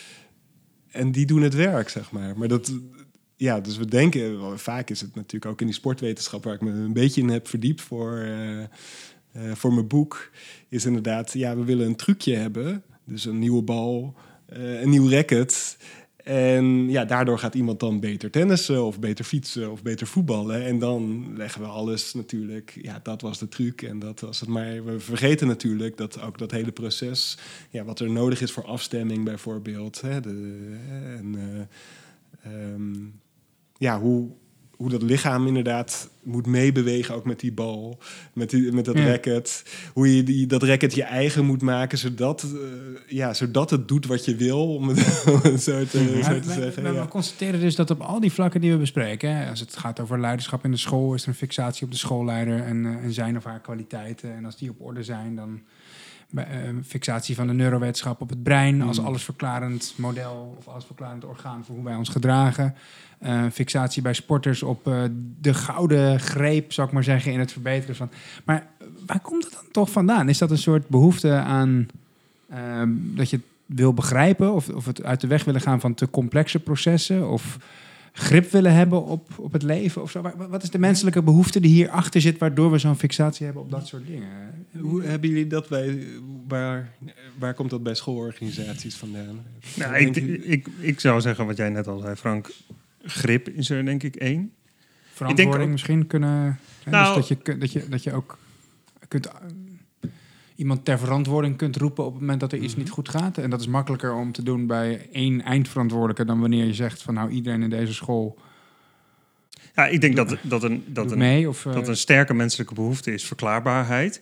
En die doen het werk, zeg maar. Maar dat, ja, dus we denken, vaak is het natuurlijk ook in die sportwetenschap waar ik me een beetje in heb verdiept voor, uh, uh, voor mijn boek, is inderdaad, ja, we willen een trucje hebben. Dus een nieuwe bal, uh, een nieuw racket. En ja, daardoor gaat iemand dan beter tennissen of beter fietsen of beter voetballen. En dan leggen we alles natuurlijk, ja, dat was de truc en dat was het. Maar we vergeten natuurlijk dat ook dat hele proces, ja, wat er nodig is voor afstemming bijvoorbeeld. Hè, de, en uh, um, ja, hoe, hoe dat lichaam inderdaad moet meebewegen, ook met die bal, met, die, met dat ja. racket. Hoe je die, dat racket je eigen moet maken, zodat, uh, ja, zodat het doet wat je wil, om het, om het zo te, ja, zo te we, zeggen. We, we, ja. we constateren dus dat op al die vlakken die we bespreken, hè, als het gaat over leiderschap in de school, is er een fixatie op de schoolleider en, uh, en zijn of haar kwaliteiten. En als die op orde zijn, dan bij, uh, fixatie van de neurowetenschap op het brein als allesverklarend model of allesverklarend orgaan voor hoe wij ons gedragen. Uh, fixatie bij sporters op uh, de gouden greep, zou ik maar zeggen, in het verbeteren van. Maar waar komt dat dan toch vandaan? Is dat een soort behoefte aan uh, dat je het wil begrijpen of, of het uit de weg willen gaan van te complexe processen of grip willen hebben op, op het leven of zo? Wat is de menselijke behoefte die hierachter zit, waardoor we zo'n fixatie hebben op dat soort dingen? Hoe hebben jullie dat bij, waar, waar komt dat bij schoolorganisaties vandaan? Nou, ik, ik, ik zou zeggen wat jij net al zei, Frank. Grip is er denk ik één. Verantwoording ik denk ook, misschien kunnen. Hè, nou, dus dat je, dat je, dat je ook kunt, uh, iemand ter verantwoording kunt roepen op het moment dat er iets niet goed gaat. En dat is makkelijker om te doen bij één eindverantwoordelijke dan wanneer je zegt van nou iedereen in deze school. Ja, ik denk dat, dat, een, dat, een, mee, of, uh, dat een sterke menselijke behoefte is verklaarbaarheid.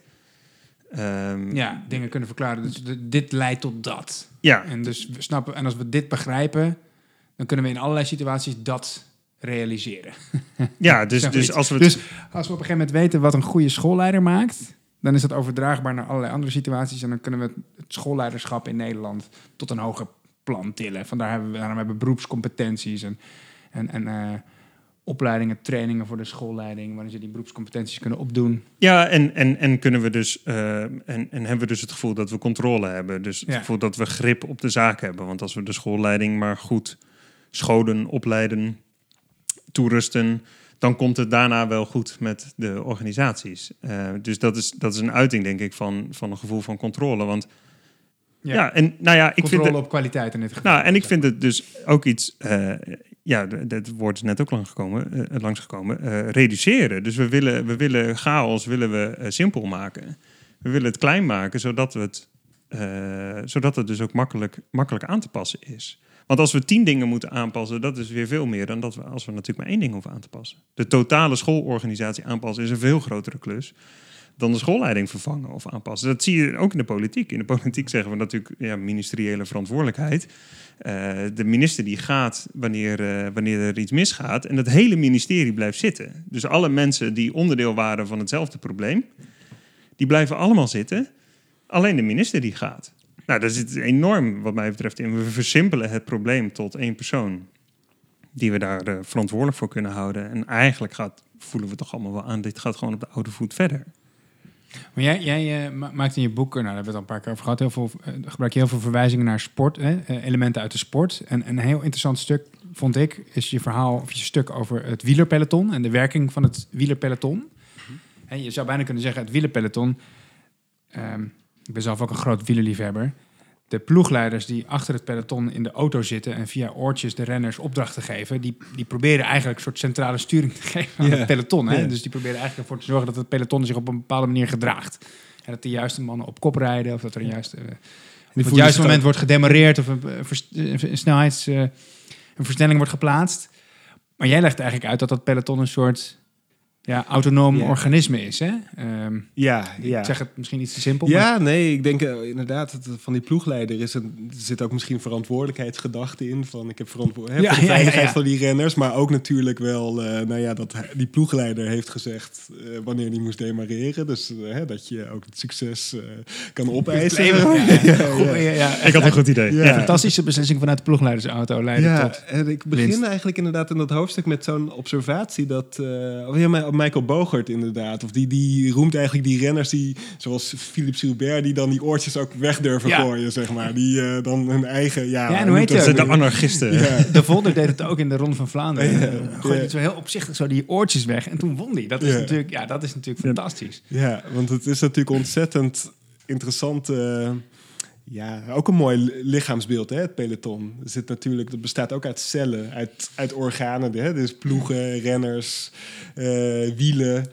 Um, ja, dingen kunnen verklaren. Dus de, dit leidt tot dat. Ja. En dus we snappen, en als we dit begrijpen, dan kunnen we in allerlei situaties dat realiseren. Ja, dus, dus, als we het... dus als we op een gegeven moment weten wat een goede schoolleider maakt, dan is dat overdraagbaar naar allerlei andere situaties. En dan kunnen we het schoolleiderschap in Nederland tot een hoger plan tillen. Vandaar hebben we, daarom hebben we beroepscompetenties en, en, en uh, opleidingen, trainingen voor de schoolleiding, waarin ze die beroepscompetenties kunnen opdoen. Ja, en, en, en kunnen we dus uh, en, en hebben we dus het gevoel dat we controle hebben. Dus het ja. gevoel dat we grip op de zaak hebben. Want als we de schoolleiding maar goed scholen, opleiden, toerusten, dan komt het daarna wel goed met de organisaties. Uh, dus dat is, dat is een uiting, denk ik, van, van een gevoel van controle. Want ja, ja en nou ja, ik controle vind het, op kwaliteit in dit geval. Nou, en ik vind het dus ook iets. Uh, ja, het woord is net ook langsgekomen. Uh, langsgekomen uh, reduceren. Dus we willen, we willen chaos willen we uh, simpel maken. We willen het klein maken, zodat we het, uh, zodat het dus ook makkelijk, makkelijk aan te passen is. Want als we tien dingen moeten aanpassen, dat is weer veel meer dan dat we als we natuurlijk maar één ding hoeven aan te passen. De totale schoolorganisatie aanpassen is een veel grotere klus dan de schoolleiding vervangen of aanpassen. Dat zie je ook in de politiek. In de politiek zeggen we natuurlijk ja, ministeriële verantwoordelijkheid. Uh, de minister die gaat wanneer, uh, wanneer er iets misgaat. En het hele ministerie blijft zitten. Dus alle mensen die onderdeel waren van hetzelfde probleem, die blijven allemaal zitten. Alleen de minister die gaat. Nou, dat zit enorm wat mij betreft in. We versimpelen het probleem tot één persoon die we daar uh, verantwoordelijk voor kunnen houden. En eigenlijk gaat, voelen we toch allemaal wel aan, dit gaat gewoon op de oude voet verder. Maar jij, jij uh, maakt in je boek, nou, daar hebben we het al een paar keer over gehad, heel veel, uh, gebruik je heel veel verwijzingen naar sport, hè, uh, elementen uit de sport. En een heel interessant stuk, vond ik, is je verhaal of je stuk over het wielerpeloton en de werking van het wielerpeloton. Mm-hmm. En je zou bijna kunnen zeggen, het wielerpeloton, um, ik ben zelf ook een groot wielerliefhebber, de ploegleiders die achter het peloton in de auto zitten en via oortjes de renners opdrachten geven, die, die proberen eigenlijk een soort centrale sturing te geven aan yeah. het peloton. Hè? Yeah. Dus die proberen eigenlijk ervoor te zorgen dat het peloton zich op een bepaalde manier gedraagt. En dat de juiste mannen op kop rijden, of dat er een juiste, uh, op het juiste moment wordt gedemareerd, of een, een, een snelheids, uh, een versnelling wordt geplaatst. Maar jij legt eigenlijk uit dat dat peloton een soort ja, autonoom yeah. organisme is, hè? Um, ja, ja. Ik zeg het misschien iets te simpel. Ja, maar... nee, ik denk uh, inderdaad dat van die ploegleider is een, er zit ook misschien verantwoordelijkheidsgedachte in. Van ik heb verantwoordelijkheid ja, voor de veiligheid ja, ja, ja. van die renners, maar ook natuurlijk wel, uh, nou ja, dat die ploegleider heeft gezegd uh, wanneer die moest demareren. Dus uh, hè, dat je ook het succes uh, kan opeisen. Ja, ja, ja. Goed, ja, ja. Ik had een goed idee. Ja. Ja. Fantastische beslissing vanuit de ploegleidersauto leiden ja, tot en ik begin winst. Eigenlijk inderdaad in dat hoofdstuk met zo'n observatie dat uh, oh ja, Michael Bogert inderdaad. Of die, die roemt eigenlijk die renners die, zoals Philippe Gilbert, die dan die oortjes ook weg durven ja. gooien, zeg maar. Die uh, dan hun eigen... Ja, ja en hoe heet dat? De, de anarchisten. Ja. De Volder deed het ook in de Ronde van Vlaanderen. Ja. Uh, gooide ja. zo heel opzichtig zo die oortjes weg. En toen won die. Dat is, ja. natuurlijk, ja, dat is natuurlijk ja. fantastisch. Ja, want het is natuurlijk ontzettend interessant... Uh, Ja, ook een mooi lichaamsbeeld, hè, het peloton. Er zit natuurlijk, dat bestaat ook uit cellen, uit, uit organen. Hè? Dus ploegen, renners, uh, wielen.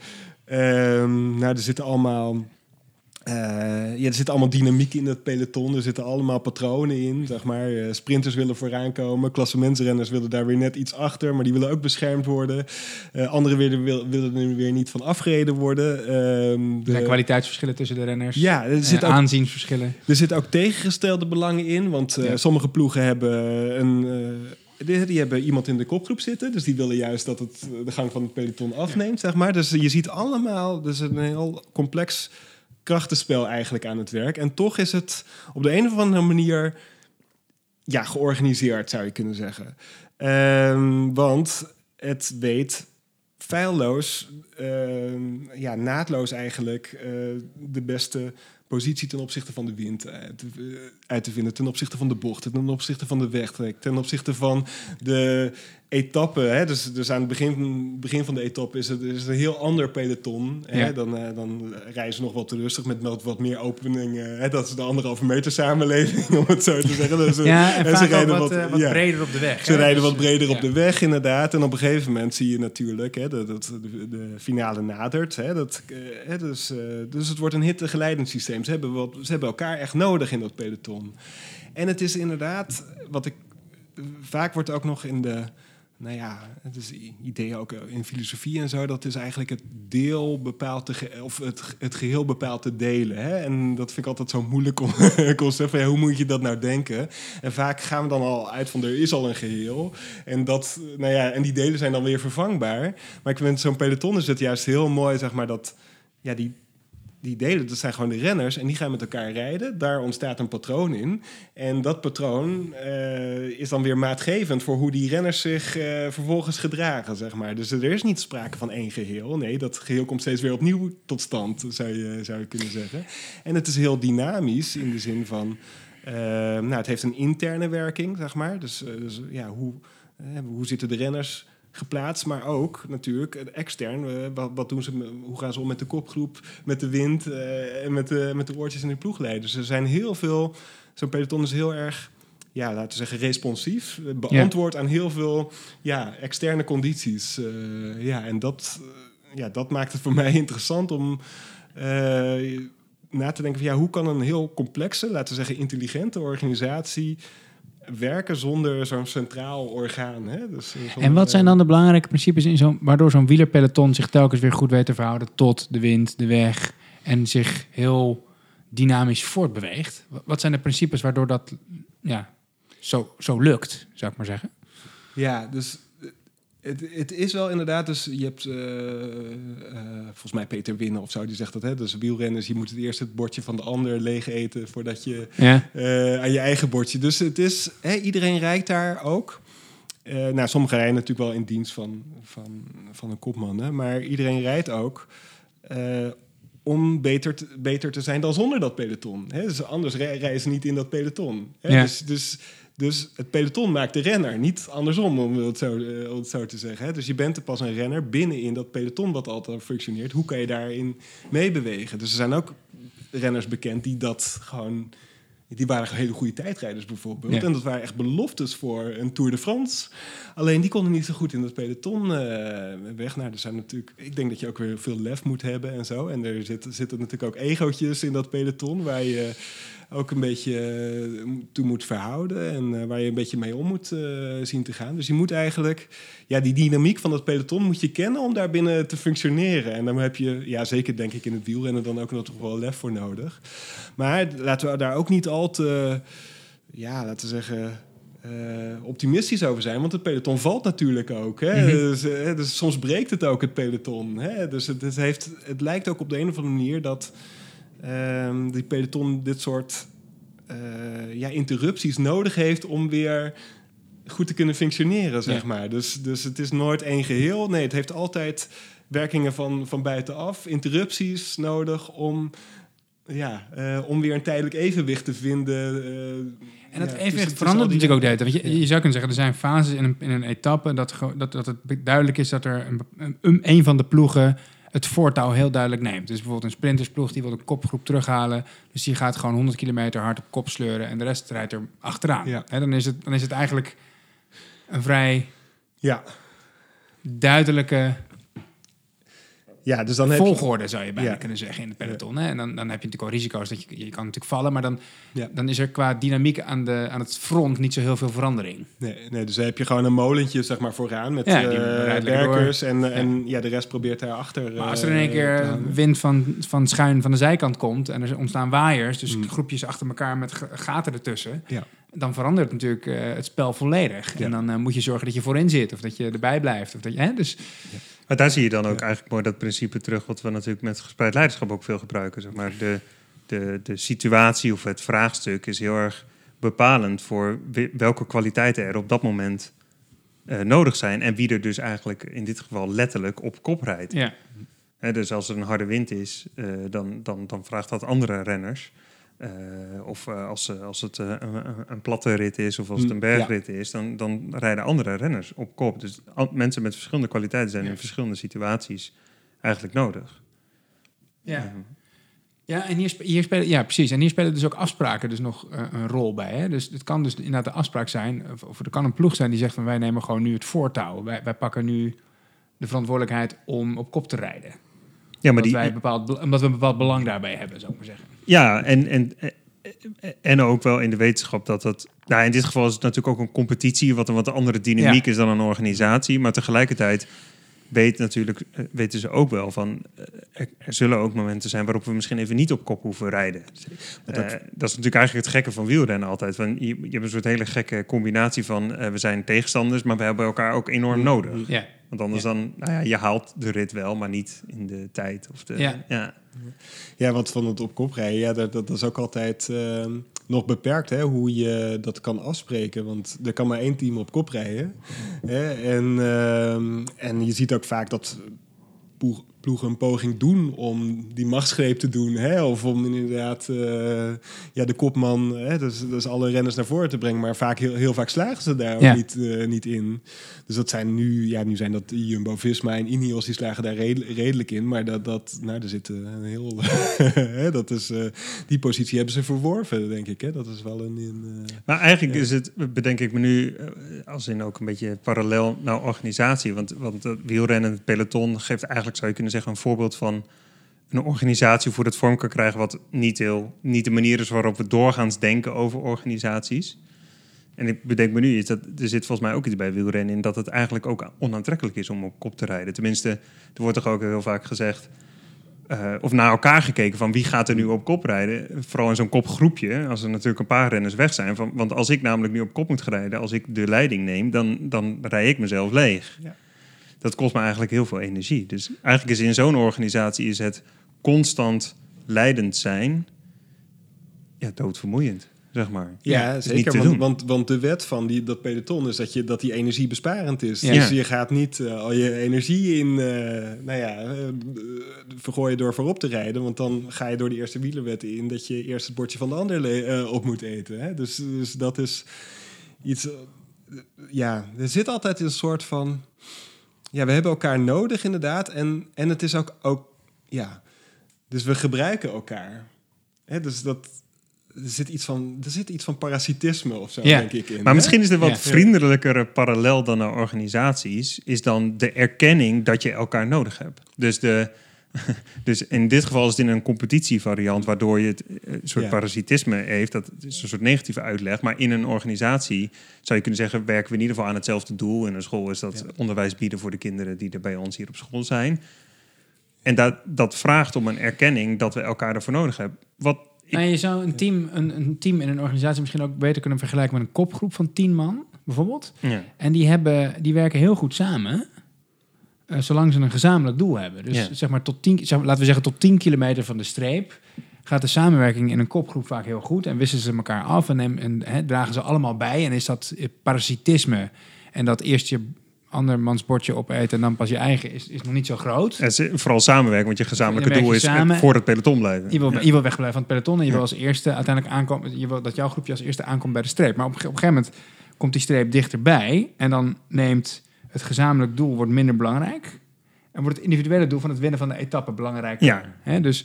Um, nou, er zitten allemaal... Uh, ja, er zit allemaal dynamiek in het peloton. Er zitten allemaal patronen in, zeg maar. Uh, sprinters willen vooraan komen. Klassementsrenners willen daar weer net iets achter, maar die willen ook beschermd worden. Uh, anderen willen, wil, willen er weer niet van afgereden worden. Uh, de... Er zijn kwaliteitsverschillen tussen de renners. Ja, er zit uh, ook, aanziensverschillen. Er zitten ook tegengestelde belangen in, want uh, ja. sommige ploegen hebben een... Uh, Die, die hebben iemand in de kopgroep zitten. Dus die willen juist dat het de gang van het peloton afneemt, ja. zeg maar. Dus je ziet allemaal... Dus een heel complex krachtenspel eigenlijk aan het werk. En toch is het op de een of andere manier... Ja, georganiseerd, zou je kunnen zeggen. Um, want het weet feilloos... Um, ja, naadloos eigenlijk... Uh, de beste... positie ten opzichte van de wind uit te, uit te vinden, ten opzichte van de bochten, ten opzichte van de weg, ten opzichte van de etappe. Hè? Dus, dus aan het begin, begin van de etappe is het, is het een heel ander peloton. Hè? Ja. Dan, uh, dan rijden ze nog wat rustig met wat, wat meer openingen. Hè? Dat is de anderhalve meter samenleving, om het zo te zeggen. Dus, ja, en, en ze rijden wat, wat, wat ja. breder op de weg. Ze hè? rijden dus, wat breder ja. op de weg, inderdaad. En op een gegeven moment zie je natuurlijk hè, dat, dat de, de finale nadert. Hè? Dat, uh, hè, dus, uh, dus het wordt een hittegeleidend systeem. Ze hebben, wat, ze hebben elkaar echt nodig in dat peloton. En het is inderdaad, wat ik... Vaak wordt ook nog in de... Nou ja, het is idee ook in filosofie en zo... dat is eigenlijk het deel bepaald te... Ge, of het, het geheel bepaald te delen. Hè? En dat vind ik altijd zo'n moeilijk concept. Van, ja, hoe moet je dat nou denken? En vaak gaan we dan al uit van... er is al een geheel. En, dat, nou ja, en die delen zijn dan weer vervangbaar. Maar ik vind zo'n peloton is het juist heel mooi... zeg maar dat ja, die... Die delen, dat zijn gewoon de renners en die gaan met elkaar rijden. Daar ontstaat een patroon in. En dat patroon uh, is dan weer maatgevend voor hoe die renners zich uh, vervolgens gedragen, zeg maar. Dus er is niet sprake van één geheel. Nee, dat geheel komt steeds weer opnieuw tot stand, zou je, zou je kunnen zeggen. En het is heel dynamisch in de zin van... Uh, nou, het heeft een interne werking, zeg maar. Dus, uh, dus ja, hoe, uh, hoe zitten de renners... geplaatst, maar ook natuurlijk extern. Uh, wat, wat doen ze? Hoe gaan ze om met de kopgroep, met de wind uh, en met de, met de oortjes en de ploegleiders? Er zijn heel veel. Zo'n peloton is heel erg, ja, laten we zeggen, responsief. Beantwoord ja. aan heel veel ja, externe condities. Uh, ja, en dat, uh, ja, dat maakt het voor mij interessant om uh, na te denken van ja, hoe kan een heel complexe, laten we zeggen, intelligente organisatie werken zonder zo'n centraal orgaan. Hè? Dus en wat zijn dan de belangrijke principes in zo'n, waardoor zo'n wielerpeloton zich telkens weer goed weet te verhouden tot de wind, de weg en zich heel dynamisch voortbeweegt. Wat zijn de principes waardoor dat ja, zo, zo lukt, zou ik maar zeggen? Ja, dus het, het is wel inderdaad... Dus je hebt uh, uh, volgens mij Peter Winnen of zo, die zegt dat. Hè? Dus wielrenners, je moet het eerst het bordje van de ander leeg eten voordat je ja. uh, aan je eigen bordje... Dus het is... Hè, iedereen rijdt daar ook... Uh, nou, sommigen rijden natuurlijk wel in dienst van, van, van een kopman. Hè? Maar iedereen rijdt ook uh, om beter te, beter te zijn dan zonder dat peloton. Hè? Dus anders rijden ze niet in dat peloton. Hè? Ja. Dus, dus, dus het peloton maakt de renner, niet andersom, om het zo, uh, om het zo te zeggen. Hè? Dus je bent pas een renner binnen in dat peloton wat altijd functioneert. Hoe kan je daarin meebewegen? Dus er zijn ook renners bekend die dat gewoon... Die waren hele goede tijdrijders bijvoorbeeld. Ja. En dat waren echt beloftes voor een Tour de France. Alleen die konden niet zo goed in dat peloton uh, weg. Nou, er zijn natuurlijk... Ik denk dat je ook weer veel lef moet hebben en zo. En er zitten, zitten natuurlijk ook egootjes in dat peloton... waar je ook een beetje uh, toe moet verhouden... en uh, waar je een beetje mee om moet uh, zien te gaan. Dus je moet eigenlijk... Ja, die dynamiek van dat peloton moet je kennen... om daar binnen te functioneren. En dan heb je, ja, zeker denk ik in het wielrennen... dan ook nog toch wel lef voor nodig. Maar laten we daar ook niet al te... ja, laten we zeggen... Uh, optimistisch over zijn, want het peloton valt natuurlijk ook. Hè? Mm-hmm. Dus, uh, dus soms breekt het ook, het peloton. Hè? Dus het, het, heeft, het lijkt ook op de een of andere manier... dat uh, die peloton dit soort uh, ja, interrupties nodig heeft... om weer goed te kunnen functioneren, zeg ja. maar. Dus, dus het is nooit één geheel. Nee, het heeft altijd werkingen van, van buitenaf. Interrupties nodig om... Ja, uh, om weer een tijdelijk evenwicht te vinden. Uh, en dat ja, evenwicht verandert natuurlijk ook de hele tijd. Want je, je zou kunnen zeggen, er zijn fases in een, in een etappe... Dat, dat, dat het duidelijk is dat er een, een, een van de ploegen het voortouw heel duidelijk neemt. Dus bijvoorbeeld een sprintersploeg die wil de kopgroep terughalen. Dus die gaat gewoon honderd kilometer hard op kop sleuren... en de rest rijdt er achteraan. Ja. He, dan, is het, dan is het eigenlijk een vrij ja. duidelijke... Ja, dus dan volgorde je, zou je bijna ja. kunnen zeggen in het peloton. Hè? En dan, dan heb je natuurlijk al risico's dat je, je kan natuurlijk vallen, maar dan, ja. dan is er qua dynamiek aan, de, aan het front niet zo heel veel verandering. Nee, nee, dus dan heb je gewoon een molentje zeg maar vooraan met ja, uh, werkers en, ja. en ja, de rest probeert daarachter. Maar als er in één keer uh, wind van, van schuin van de zijkant komt en er ontstaan waaiers, dus mm. groepjes achter elkaar met gaten ertussen, ja. dan verandert natuurlijk uh, het spel volledig. Ja. En dan uh, moet je zorgen dat je voorin zit of dat je erbij blijft. Of dat je, hè? Dus, ja. Maar daar zie je dan ook ja. eigenlijk mooi dat principe terug... wat we natuurlijk met gespreid leiderschap ook veel gebruiken. Zeg maar. de, de, de situatie of het vraagstuk is heel erg bepalend... voor welke kwaliteiten er op dat moment uh, nodig zijn... en wie er dus eigenlijk in dit geval letterlijk op kop rijdt. Ja. He, dus als er een harde wind is, uh, dan, dan, dan vraagt dat andere renners... Uh, of uh, als, uh, als het uh, een, een platte rit is of als het een bergrit ja. is... Dan, dan rijden andere renners op kop. Dus al, mensen met verschillende kwaliteiten zijn ja. in verschillende situaties eigenlijk nodig. Ja, um. ja, en hier, spe- hier spelen, ja, precies. En hier spelen dus ook afspraken dus nog uh, een rol bij. Hè? Dus het kan dus inderdaad de afspraak zijn... Of, of er kan een ploeg zijn die zegt van... wij nemen gewoon nu het voortouw. Wij, wij pakken nu de verantwoordelijkheid om op kop te rijden. Ja, maar omdat, die, wij bepaald, omdat we een bepaald belang daarbij hebben, zou ik maar zeggen. Ja, en, en, en ook wel in de wetenschap dat dat... Nou, in dit geval is het natuurlijk ook een competitie... wat een wat andere dynamiek ja. is dan een organisatie. Maar tegelijkertijd weet natuurlijk, weten ze ook wel van... Er, er zullen ook momenten zijn waarop we misschien even niet op kop hoeven rijden. Dat, uh, dat is natuurlijk eigenlijk het gekke van wielrennen altijd. Van, je, je hebt een soort hele gekke combinatie van... Uh, we zijn tegenstanders, maar we hebben elkaar ook enorm nodig. Ja. Want anders ja. dan, nou ja, je haalt de rit wel, maar niet in de tijd. Of de, ja. Ja. ja, want van het op kop rijden, ja, dat, dat is ook altijd uh, nog beperkt, hè, hoe je dat kan afspreken. Want er kan maar één team op kop rijden. Hè, en, uh, en je ziet ook vaak dat ploegen een poging doen om die machtsgreep te doen. Hè, of om inderdaad uh, ja, de kopman, hè, dus, dus alle renners naar voren te brengen. Maar vaak, heel, heel vaak slagen ze daar ja. ook niet, uh, niet in. Dus dat zijn nu, ja, nu zijn dat Jumbo-Visma en Ineos, die slagen daar redelijk, redelijk in. Maar dat, dat nou, er zit een heel... hè, dat is, uh, die positie hebben ze verworven, denk ik. Hè. Dat is wel een... een uh, maar eigenlijk ja. is het, bedenk ik me nu, uh, als in ook een beetje parallel naar organisatie. Want, want het wielrennen, het peloton, geeft eigenlijk, zou je kunnen zeggen, een voorbeeld van een organisatie voor het vorm kan krijgen wat niet, heel, niet de manier is waarop we doorgaans denken over organisaties. En ik bedenk me nu, is dat, er zit volgens mij ook iets bij wielrennen in dat het eigenlijk ook onaantrekkelijk is om op kop te rijden. Tenminste, er wordt toch ook heel vaak gezegd, Uh, of naar elkaar gekeken van wie gaat er nu op kop rijden. Vooral in zo'n kopgroepje, als er natuurlijk een paar renners weg zijn. Van, want als ik namelijk nu op kop moet rijden, als ik de leiding neem, dan, dan rij ik mezelf leeg. Ja. Dat kost me eigenlijk heel veel energie. Dus eigenlijk is in zo'n organisatie is het constant leidend zijn ja, doodvermoeiend, zeg maar. Ja, ja zeker. Want, want, want de wet van die, dat peloton is dat, je, dat die energiebesparend is. Ja. Dus je gaat niet uh, al je energie in uh, nou ja, uh, vergooien door voorop te rijden. Want dan ga je door de eerste wielerwet in dat je eerst het bordje van de ander le- uh, op moet eten. Hè? Dus, dus dat is iets... Uh, ja, er zit altijd een soort van... Ja, we hebben elkaar nodig inderdaad. En, en het is ook, ook... Ja, dus we gebruiken elkaar. Hè? Dus dat... Er zit, iets van, er zit iets van parasitisme of zo, ja. denk ik, in. Maar hè? Misschien is er wat ja. vriendelijkere parallel dan naar organisaties... is dan de erkenning dat je elkaar nodig hebt. Dus, de, dus in dit geval is het in een competitievariant... waardoor je het een soort ja. parasitisme heeft. Dat is een soort negatieve uitleg. Maar in een organisatie zou je kunnen zeggen... werken we in ieder geval aan hetzelfde doel. In een school is dat ja. onderwijs bieden voor de kinderen... die er bij ons hier op school zijn. En dat, dat vraagt om een erkenning dat we elkaar ervoor nodig hebben. Wat... Nou, je zou een team, een, een team in een organisatie misschien ook beter kunnen vergelijken met een kopgroep van tien man, bijvoorbeeld. Ja. En die, hebben, die werken heel goed samen, uh, zolang ze een gezamenlijk doel hebben. Dus ja. zeg maar tot tien, zeg, laten we zeggen tot tien kilometer van de streep gaat de samenwerking in een kopgroep vaak heel goed en wisselen ze elkaar af en, en, en he, dragen ze allemaal bij. En is dat parasitisme en dat eerst je andermans bordje opeten en dan pas je eigen is, is nog niet zo groot. En vooral samenwerken, want je gezamenlijke doel is samen, voor het peloton blijven. Je wil, ja. je wil wegblijven van het peloton en je ja. wil als eerste uiteindelijk aankomen. Je wil dat jouw groepje als eerste aankomt bij de streep. Maar op, op een gegeven moment komt die streep dichterbij en dan neemt het gezamenlijk doel wordt minder belangrijk en wordt het individuele doel van het winnen van de etappe belangrijker. Ja. He, dus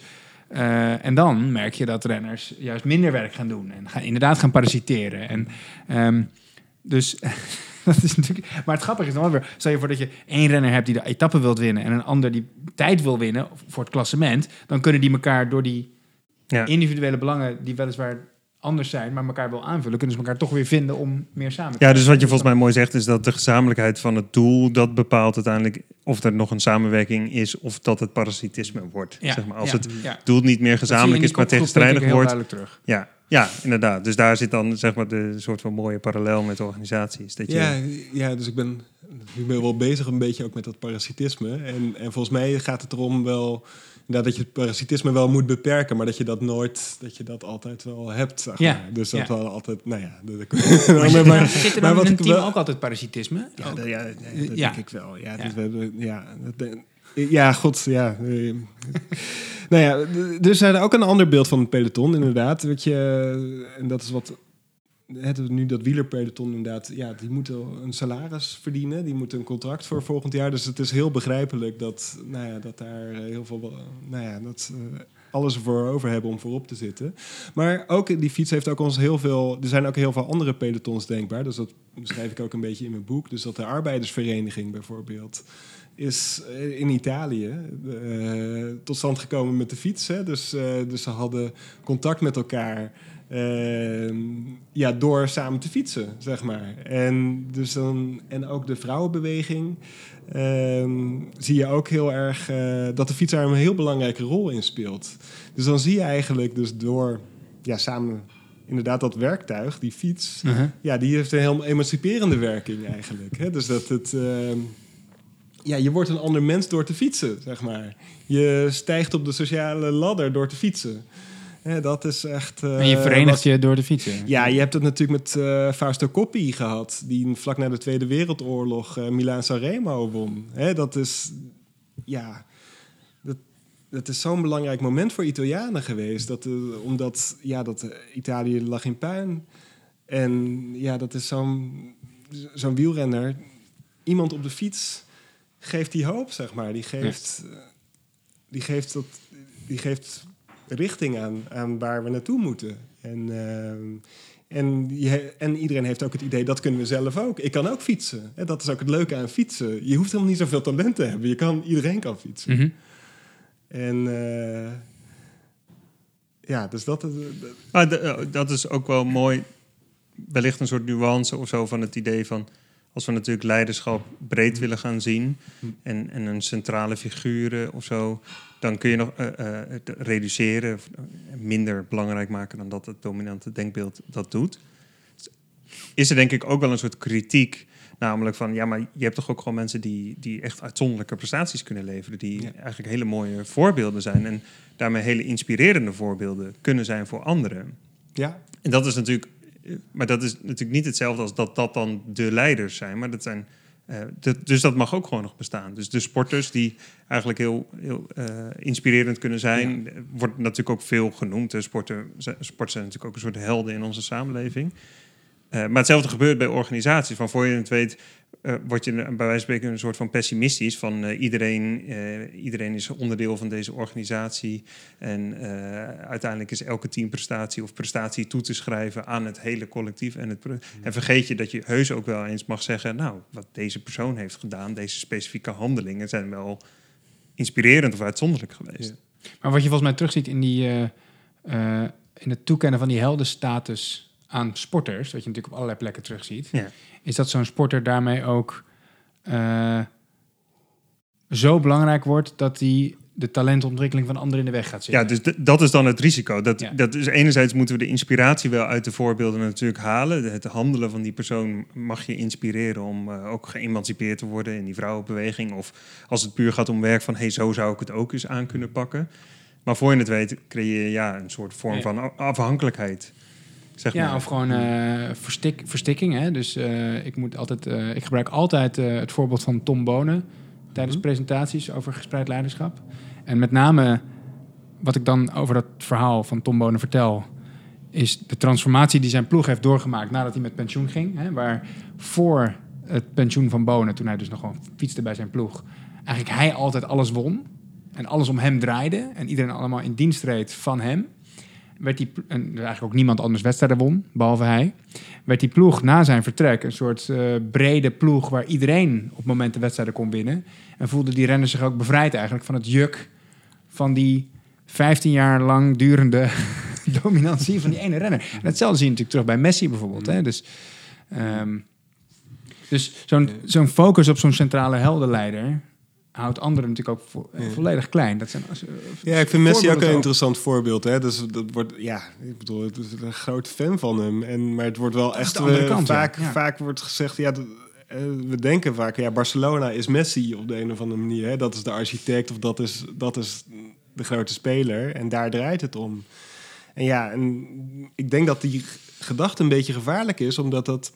uh, en dan merk je dat renners juist minder werk gaan doen en gaan inderdaad gaan parasiteren en um, dus. Dat is natuurlijk, maar het grappige is dan weer, stel je voor dat je één renner hebt die de etappe wilt winnen en een ander die tijd wil winnen voor het klassement, dan kunnen die elkaar door die ja. individuele belangen die weliswaar anders zijn, maar elkaar wel aanvullen, kunnen ze elkaar toch weer vinden om meer samen te Ja, dus wat je volgens mij mooi zegt is dat de gezamenlijkheid van het doel, dat bepaalt uiteindelijk of er nog een samenwerking is of dat het parasitisme wordt. Ja. Zeg maar, als ja. het ja. doel niet meer gezamenlijk is, maar tegenstrijdig wordt. Terug. Ja. Ja, inderdaad. Dus daar zit dan zeg maar de soort van mooie parallel met organisaties. Dat je... ja, ja, dus ik ben, ik ben wel bezig een beetje ook met dat parasitisme. En, en volgens mij gaat het erom wel dat je het parasitisme wel moet beperken, maar dat je dat nooit, dat je dat altijd wel hebt. Zeg maar. Ja, dus dat ja. wel altijd, nou ja. Dat, maar maar, maar, zit er dan in een team wel, ook altijd parasitisme? Ja, dat, ja, nee, dat ja. denk ik wel. Ja, ja. Dus we, ja, dat, ja, god, ja. Nou ja, dus er is ook een ander beeld van het peloton, inderdaad. Weet je, en dat is wat... Het, nu dat wielerpeloton inderdaad... Ja, die moeten een salaris verdienen. Die moeten een contract voor volgend jaar. Dus het is heel begrijpelijk dat, nou ja, dat daar heel veel... Nou ja, dat uh, alles ervoor over hebben om voorop te zitten. Maar ook die fiets heeft ook ons heel veel... Er zijn ook heel veel andere pelotons denkbaar. Dus dat beschrijf ik ook een beetje in mijn boek. Dus dat de arbeidersvereniging bijvoorbeeld... is in Italië uh, tot stand gekomen met de fiets. Hè? Dus, uh, dus ze hadden contact met elkaar uh, ja, door samen te fietsen, zeg maar. En, dus dan, en ook de vrouwenbeweging uh, zie je ook heel erg uh, dat de fiets daar een heel belangrijke rol in speelt. Dus dan zie je eigenlijk dus door ja, samen... Inderdaad, dat werktuig, die fiets, uh-huh. ja, die heeft een heel emanciperende werking eigenlijk. Hè? Dus dat het... Uh, Ja, je wordt een ander mens door te fietsen, zeg maar. Je stijgt op de sociale ladder door te fietsen. Ja, dat is echt... Uh, en je verenigt wat, je door te fietsen. Ja, je hebt het natuurlijk met uh, Fausto Coppi gehad... die vlak na de Tweede Wereldoorlog uh, Milaan-San Remo won. Hè, dat is... Ja... Dat, dat is zo'n belangrijk moment voor Italianen geweest. Dat, uh, omdat ja, dat, uh, Italië lag in puin. En ja, dat is zo'n, zo'n wielrenner. Iemand op de fiets... geeft die hoop, zeg maar. Die geeft, ja. die geeft, dat, die geeft richting aan, aan waar we naartoe moeten. En, uh, en, die, en iedereen heeft ook het idee, dat kunnen we zelf ook. Ik kan ook fietsen. En dat is ook het leuke aan fietsen. Je hoeft helemaal niet zoveel talent te hebben. Je kan, iedereen kan fietsen. Mm-hmm. En uh, ja, dus dat... Uh, ah, d- dat is ook wel mooi. Wellicht een soort nuance of zo van het idee van... als we natuurlijk leiderschap breed willen gaan zien en, en een centrale figuur of zo, dan kun je nog uh, uh, reduceren, minder belangrijk maken dan dat het dominante denkbeeld dat doet. Is er denk ik ook wel een soort kritiek, namelijk van, ja, maar je hebt toch ook gewoon mensen die, die echt uitzonderlijke prestaties kunnen leveren, die ja. eigenlijk hele mooie voorbeelden zijn en daarmee hele inspirerende voorbeelden kunnen zijn voor anderen. Ja. En dat is natuurlijk, maar dat is natuurlijk niet hetzelfde als dat dat dan de leiders zijn, maar dat zijn, uh, dat, dus dat mag ook gewoon nog bestaan. Dus de sporters die eigenlijk heel, heel uh, inspirerend kunnen zijn, ja. wordt natuurlijk ook veel genoemd. De sporten, sport zijn natuurlijk ook een soort helden in onze samenleving. Uh, maar hetzelfde gebeurt bij organisaties. Van voor je het weet, uh, word je bij wijze van spreken een soort van pessimistisch. Van uh, iedereen, uh, iedereen is onderdeel van deze organisatie. En uh, uiteindelijk is elke teamprestatie of prestatie toe te schrijven aan het hele collectief. En, het pro- ja. en vergeet je dat je heus ook wel eens mag zeggen, nou, wat deze persoon heeft gedaan, deze specifieke handelingen zijn wel inspirerend of uitzonderlijk geweest. Ja. Maar wat je volgens mij terugziet in, die, uh, uh, in het toekennen van die heldenstatus aan sporters, wat je natuurlijk op allerlei plekken terugziet, ja. is dat zo'n sporter daarmee ook uh, zo belangrijk wordt dat hij de talentontwikkeling van anderen in de weg gaat zitten. Ja, dus d- dat is dan het risico. Dat, ja. dat is enerzijds moeten we de inspiratie wel uit de voorbeelden natuurlijk halen. Het handelen van die persoon mag je inspireren om uh, ook geëmancipeerd te worden in die vrouwenbeweging. Of als het puur gaat om werk van, hey, zo zou ik het ook eens aan kunnen pakken. Maar voor je het weet creëer je ja, een soort vorm ja. van afhankelijkheid. Zeg ja, maar. of gewoon uh, verstik, verstikking. Hè? Dus uh, ik moet altijd, uh, ik gebruik altijd uh, het voorbeeld van Tom Bonen tijdens mm-hmm. presentaties over gespreid leiderschap. En met name wat ik dan over dat verhaal van Tom Bonen vertel, is de transformatie die zijn ploeg heeft doorgemaakt nadat hij met pensioen ging. Hè? Waar voor het pensioen van Bonen, toen hij dus nog gewoon fietste bij zijn ploeg, eigenlijk hij altijd alles won en alles om hem draaide en iedereen allemaal in dienst reed van hem. Werd die, en eigenlijk ook niemand anders wedstrijden won, behalve hij, werd die ploeg na zijn vertrek een soort uh, brede ploeg waar iedereen op momenten wedstrijden kon winnen. En voelde die renners zich ook bevrijd eigenlijk van het juk van die vijftien jaar lang durende dominantie van die ene renner. En hetzelfde zie je natuurlijk terug bij Messi bijvoorbeeld. Hè? Dus, um, dus zo'n, zo'n focus op zo'n centrale heldenleider houdt anderen natuurlijk ook vo- ja. volledig klein. Dat zijn, uh, ja, ik vind Messi ook een interessant voorbeeld. Hè? Dus dat wordt, ja, ik bedoel, het is een groot fan van hem. En, maar het wordt wel dat echt uh, kant, vaak, ja. vaak wordt gezegd, ja, dat, uh, we denken vaak, ja, Barcelona is Messi op de een of andere manier. Hè? Dat is de architect of dat is, dat is de grote speler. En daar draait het om. En ja, en ik denk dat die gedachte een beetje gevaarlijk is, omdat dat,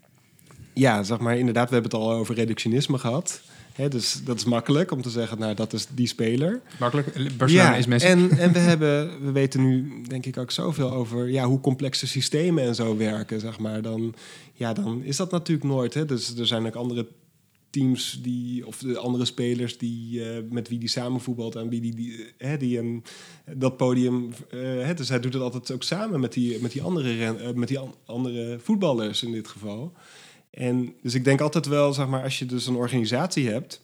ja, zeg maar, inderdaad, we hebben het al over reductionisme gehad. He, dus dat is makkelijk om te zeggen, nou, dat is die speler. Makkelijk, Barcelona ja, is Messi. En, en we, hebben, we weten nu, denk ik, ook zoveel over ja, hoe complexe systemen en zo werken, zeg maar. Dan, ja, dan is dat natuurlijk nooit. Hè. Dus er zijn ook andere teams die, of de andere spelers die, uh, met wie die samen voetbalt en wie die, die, hè, die een, dat podium. Uh, hè, dus hij doet het altijd ook samen met die, met die, andere, ren, uh, met die an, andere voetballers in dit geval. En dus ik denk altijd wel, zeg maar, als je dus een organisatie hebt,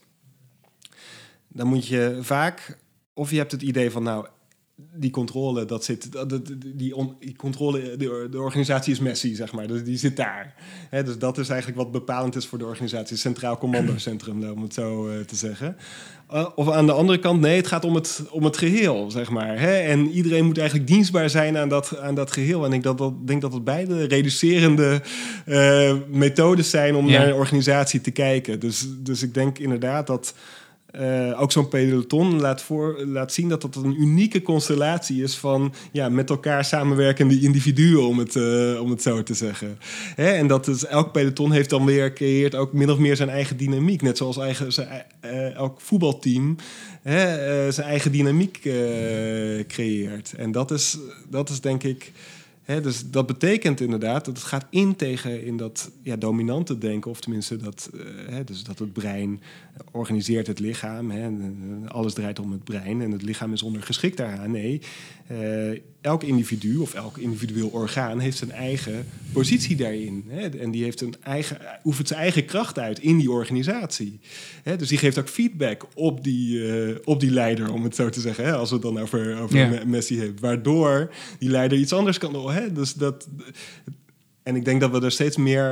dan moet je vaak, of je hebt het idee van, nou, die controle, dat zit, die, die, on, die controle, de, de organisatie is Messi, zeg maar, dus die zit daar. He, dus dat is eigenlijk wat bepalend is voor de organisatie, het Centraal Commandocentrum, om het zo uh, te zeggen. Uh, of aan de andere kant, nee, het gaat om het, om het geheel, zeg maar. Hè? En iedereen moet eigenlijk dienstbaar zijn aan dat, aan dat geheel. En ik dat, dat, denk dat het beide reducerende uh, methodes zijn om ja. naar een organisatie te kijken. Dus, dus ik denk inderdaad dat Uh, ook zo'n peloton laat, voor, laat zien dat dat een unieke constellatie is van ja, met elkaar samenwerkende individuen, om het, uh, om het zo te zeggen. Hè? En dat is, elk peloton heeft dan weer creëert ook min of meer zijn eigen dynamiek. Net zoals eigen, zijn, uh, elk voetbalteam hè, uh, zijn eigen dynamiek uh, creëert. En dat is, dat is denk ik. He, dus dat betekent inderdaad dat het gaat in tegen in dat ja, dominante denken, of tenminste dat, uh, he, dus dat het brein organiseert het lichaam. He, en, en alles draait om het brein en het lichaam is ondergeschikt daaraan. Nee, uh, elk individu of elk individueel orgaan heeft zijn eigen positie daarin. He, en die heeft een eigen, oefent zijn eigen kracht uit in die organisatie. He, dus die geeft ook feedback op die, uh, op die leider, om het zo te zeggen. He, als we het dan over, over yeah. Messi hebben. Waardoor die leider iets anders kan doen. Hè? Dus dat, en ik denk dat we er steeds meer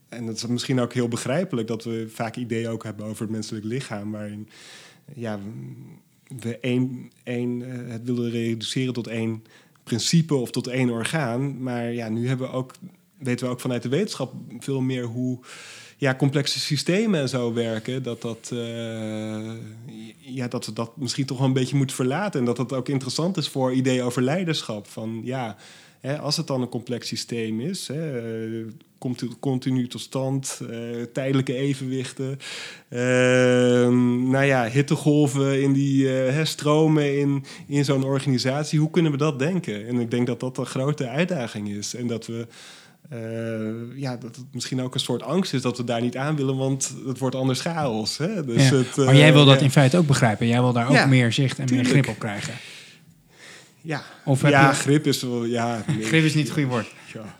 en dat is misschien ook heel begrijpelijk dat we vaak ideeën ook hebben over het menselijk lichaam, waarin ja, we één, één, uh, het willen reduceren tot één principe of tot één orgaan. Maar ja, nu hebben we ook, weten we ook vanuit de wetenschap veel meer hoe ja, complexe systemen en zo werken. Dat dat, uh, ja, dat we dat misschien toch wel een beetje moeten verlaten. En dat dat ook interessant is voor ideeën over leiderschap. Van ja, hè, als het dan een complex systeem is, hè, komt continu tot stand, uh, tijdelijke evenwichten, uh, nou ja, hittegolven in die uh, stromen in, in zo'n organisatie. Hoe kunnen we dat denken? En ik denk dat dat een grote uitdaging is. En dat we Uh, ja, dat het misschien ook een soort angst is dat we daar niet aan willen, want het wordt anders chaos. Hè? Dus ja, het, uh, maar jij wil dat ja. in feite ook begrijpen. Jij wil daar ook ja, meer zicht en tuurlijk. meer grip op krijgen. Ja, of ja je... grip is wel... Ja, nee. Grip is niet het goede woord. Ja.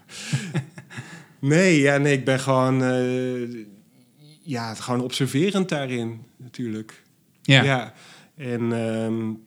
nee, ja, nee, ik ben gewoon... Uh, ja, gewoon observerend daarin, natuurlijk. Ja. ja. En... Um,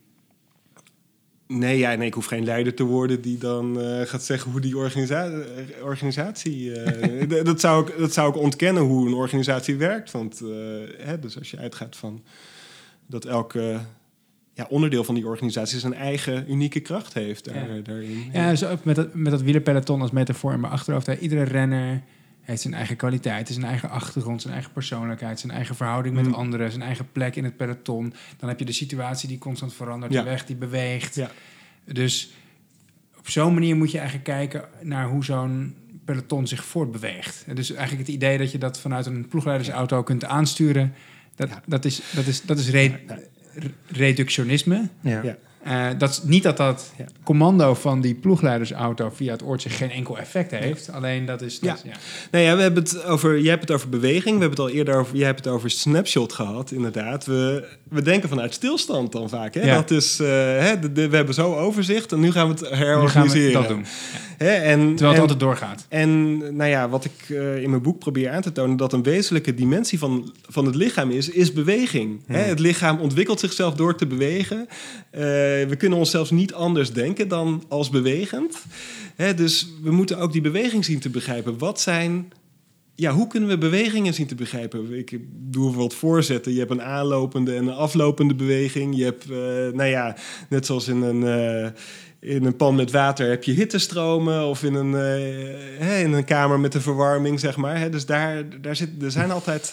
Nee, ja, nee, ik hoef geen leider te worden die dan uh, gaat zeggen hoe die organisa- organisatie... Uh, dat, zou ik, dat zou ik ontkennen hoe een organisatie werkt. Want uh, hè, dus als je uitgaat van dat elke ja, onderdeel van die organisatie zijn eigen unieke kracht heeft daar, ja. daarin. Ja, dus ook met dat, met dat wielerpeloton als metafoor in mijn achterhoofd. Hè. Iedere renner heeft zijn eigen kwaliteit, zijn eigen achtergrond, zijn eigen persoonlijkheid, zijn eigen verhouding met mm. anderen, zijn eigen plek in het peloton. Dan heb je de situatie die constant verandert, ja. de weg die beweegt. Ja. Dus op zo'n manier moet je eigenlijk kijken naar hoe zo'n peloton zich voortbeweegt. En dus eigenlijk het idee dat je dat vanuit een ploegleidersauto kunt aansturen, dat, ja. dat is, dat is, dat is re- reductionisme. Ja. Ja. Uh, dat is niet dat dat ja. commando van die ploegleidersauto via het oortje geen enkel effect heeft. Ja. Alleen dat is... Dat, ja. Ja. Nou ja, we hebben het over, jij hebt het over beweging. We hebben het al eerder over... Jij hebt het over snapshot gehad, inderdaad. We, we denken vanuit stilstand dan vaak. Hè? Ja. Dat is... Uh, hè, de, de, we hebben zo overzicht en nu gaan we het herorganiseren. Nu gaan we dat doen. Ja. Hè? En, Terwijl het en, altijd doorgaat. En nou ja, wat ik uh, in mijn boek probeer aan te tonen, dat een wezenlijke dimensie van, van het lichaam is, is beweging. Hmm. Hè? Het lichaam ontwikkelt zichzelf door te bewegen. Uh, we kunnen onszelf niet anders denken dan als bewegend. Hè? Dus we moeten ook die beweging zien te begrijpen. Wat zijn... Ja, hoe kunnen we bewegingen zien te begrijpen? Ik doe wat voorzetten. Je hebt een aanlopende en een aflopende beweging. Je hebt, uh, nou ja, net zoals in een... Uh, In een pan met water heb je hittestromen, of in een, uh, hè, in een kamer met een verwarming, zeg maar. Hè. Dus daar, daar zit, er zijn altijd,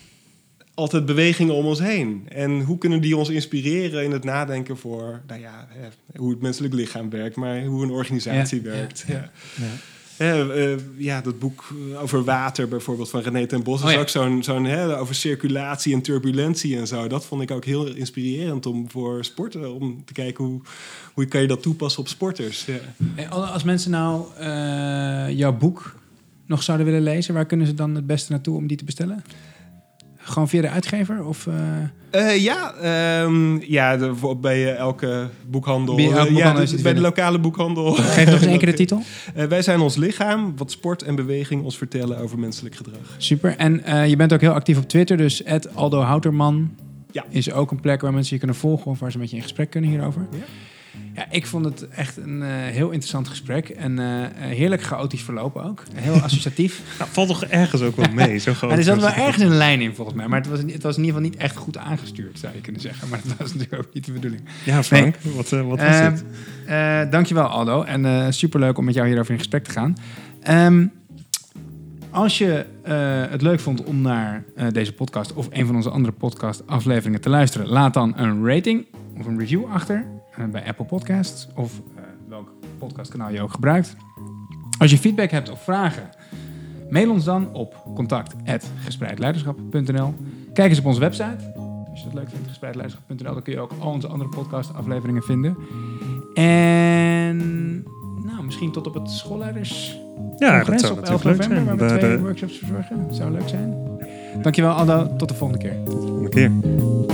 altijd bewegingen om ons heen. En hoe kunnen die ons inspireren in het nadenken voor, nou ja, hè, hoe het menselijk lichaam werkt, maar hoe een organisatie ja, werkt. Ja, ja. Ja. Ja, uh, ja, dat boek over water bijvoorbeeld van René ten Bos is oh, ja. ook zo'n, zo'n hè, over circulatie en turbulentie en zo. Dat vond ik ook heel inspirerend om voor sporten, om te kijken hoe, hoe kan je dat toepassen op sporters. Ja. Hey, als mensen nou uh, jouw boek nog zouden willen lezen, waar kunnen ze dan het beste naartoe om die te bestellen? Gewoon via de uitgever? Of, uh... Uh, ja, um, ja de, bij uh, elke boekhandel. Bij, elke boekhandel ja, de, bij de lokale boekhandel. Geef nog eens één keer de titel. Uh, wij zijn ons lichaam, wat sport en beweging ons vertellen over menselijk gedrag. Super. En uh, je bent ook heel actief op Twitter, dus at Aldo Houterman ja. is ook een plek waar mensen je kunnen volgen of waar ze met je in gesprek kunnen hierover. Ja. Ja, ik vond het echt een uh, heel interessant gesprek. En uh, heerlijk chaotisch verlopen ook. Heel associatief. Nou, valt toch ergens ook wel mee, zo groot. Er zat wel ergens een lijn in, volgens mij. Maar het was, het was in ieder geval niet echt goed aangestuurd, zou je kunnen zeggen. Maar dat was natuurlijk ook niet de bedoeling. Ja, Frank, nee. wat, uh, wat was uh, het? Uh, dankjewel, Aldo. En uh, superleuk om met jou hierover in gesprek te gaan. Um, als je uh, het leuk vond om naar uh, deze podcast of een van onze andere podcast afleveringen te luisteren, laat dan een rating of een review achter. Bij Apple Podcasts of uh, welk podcastkanaal je ook gebruikt. Als je feedback hebt of vragen, mail ons dan op contact at gespreidleiderschap punt n l. Kijk eens op onze website. Als je dat leuk vindt, gespreidleiderschap punt n l, dan kun je ook al onze andere podcastafleveringen vinden. En nou, misschien tot op het schoolleiders. Ja, dat zou op elf november, zijn. waar we twee de... workshops verzorgen. Dat zou leuk zijn. Dankjewel, Aldo. Tot de volgende keer. Tot de volgende keer.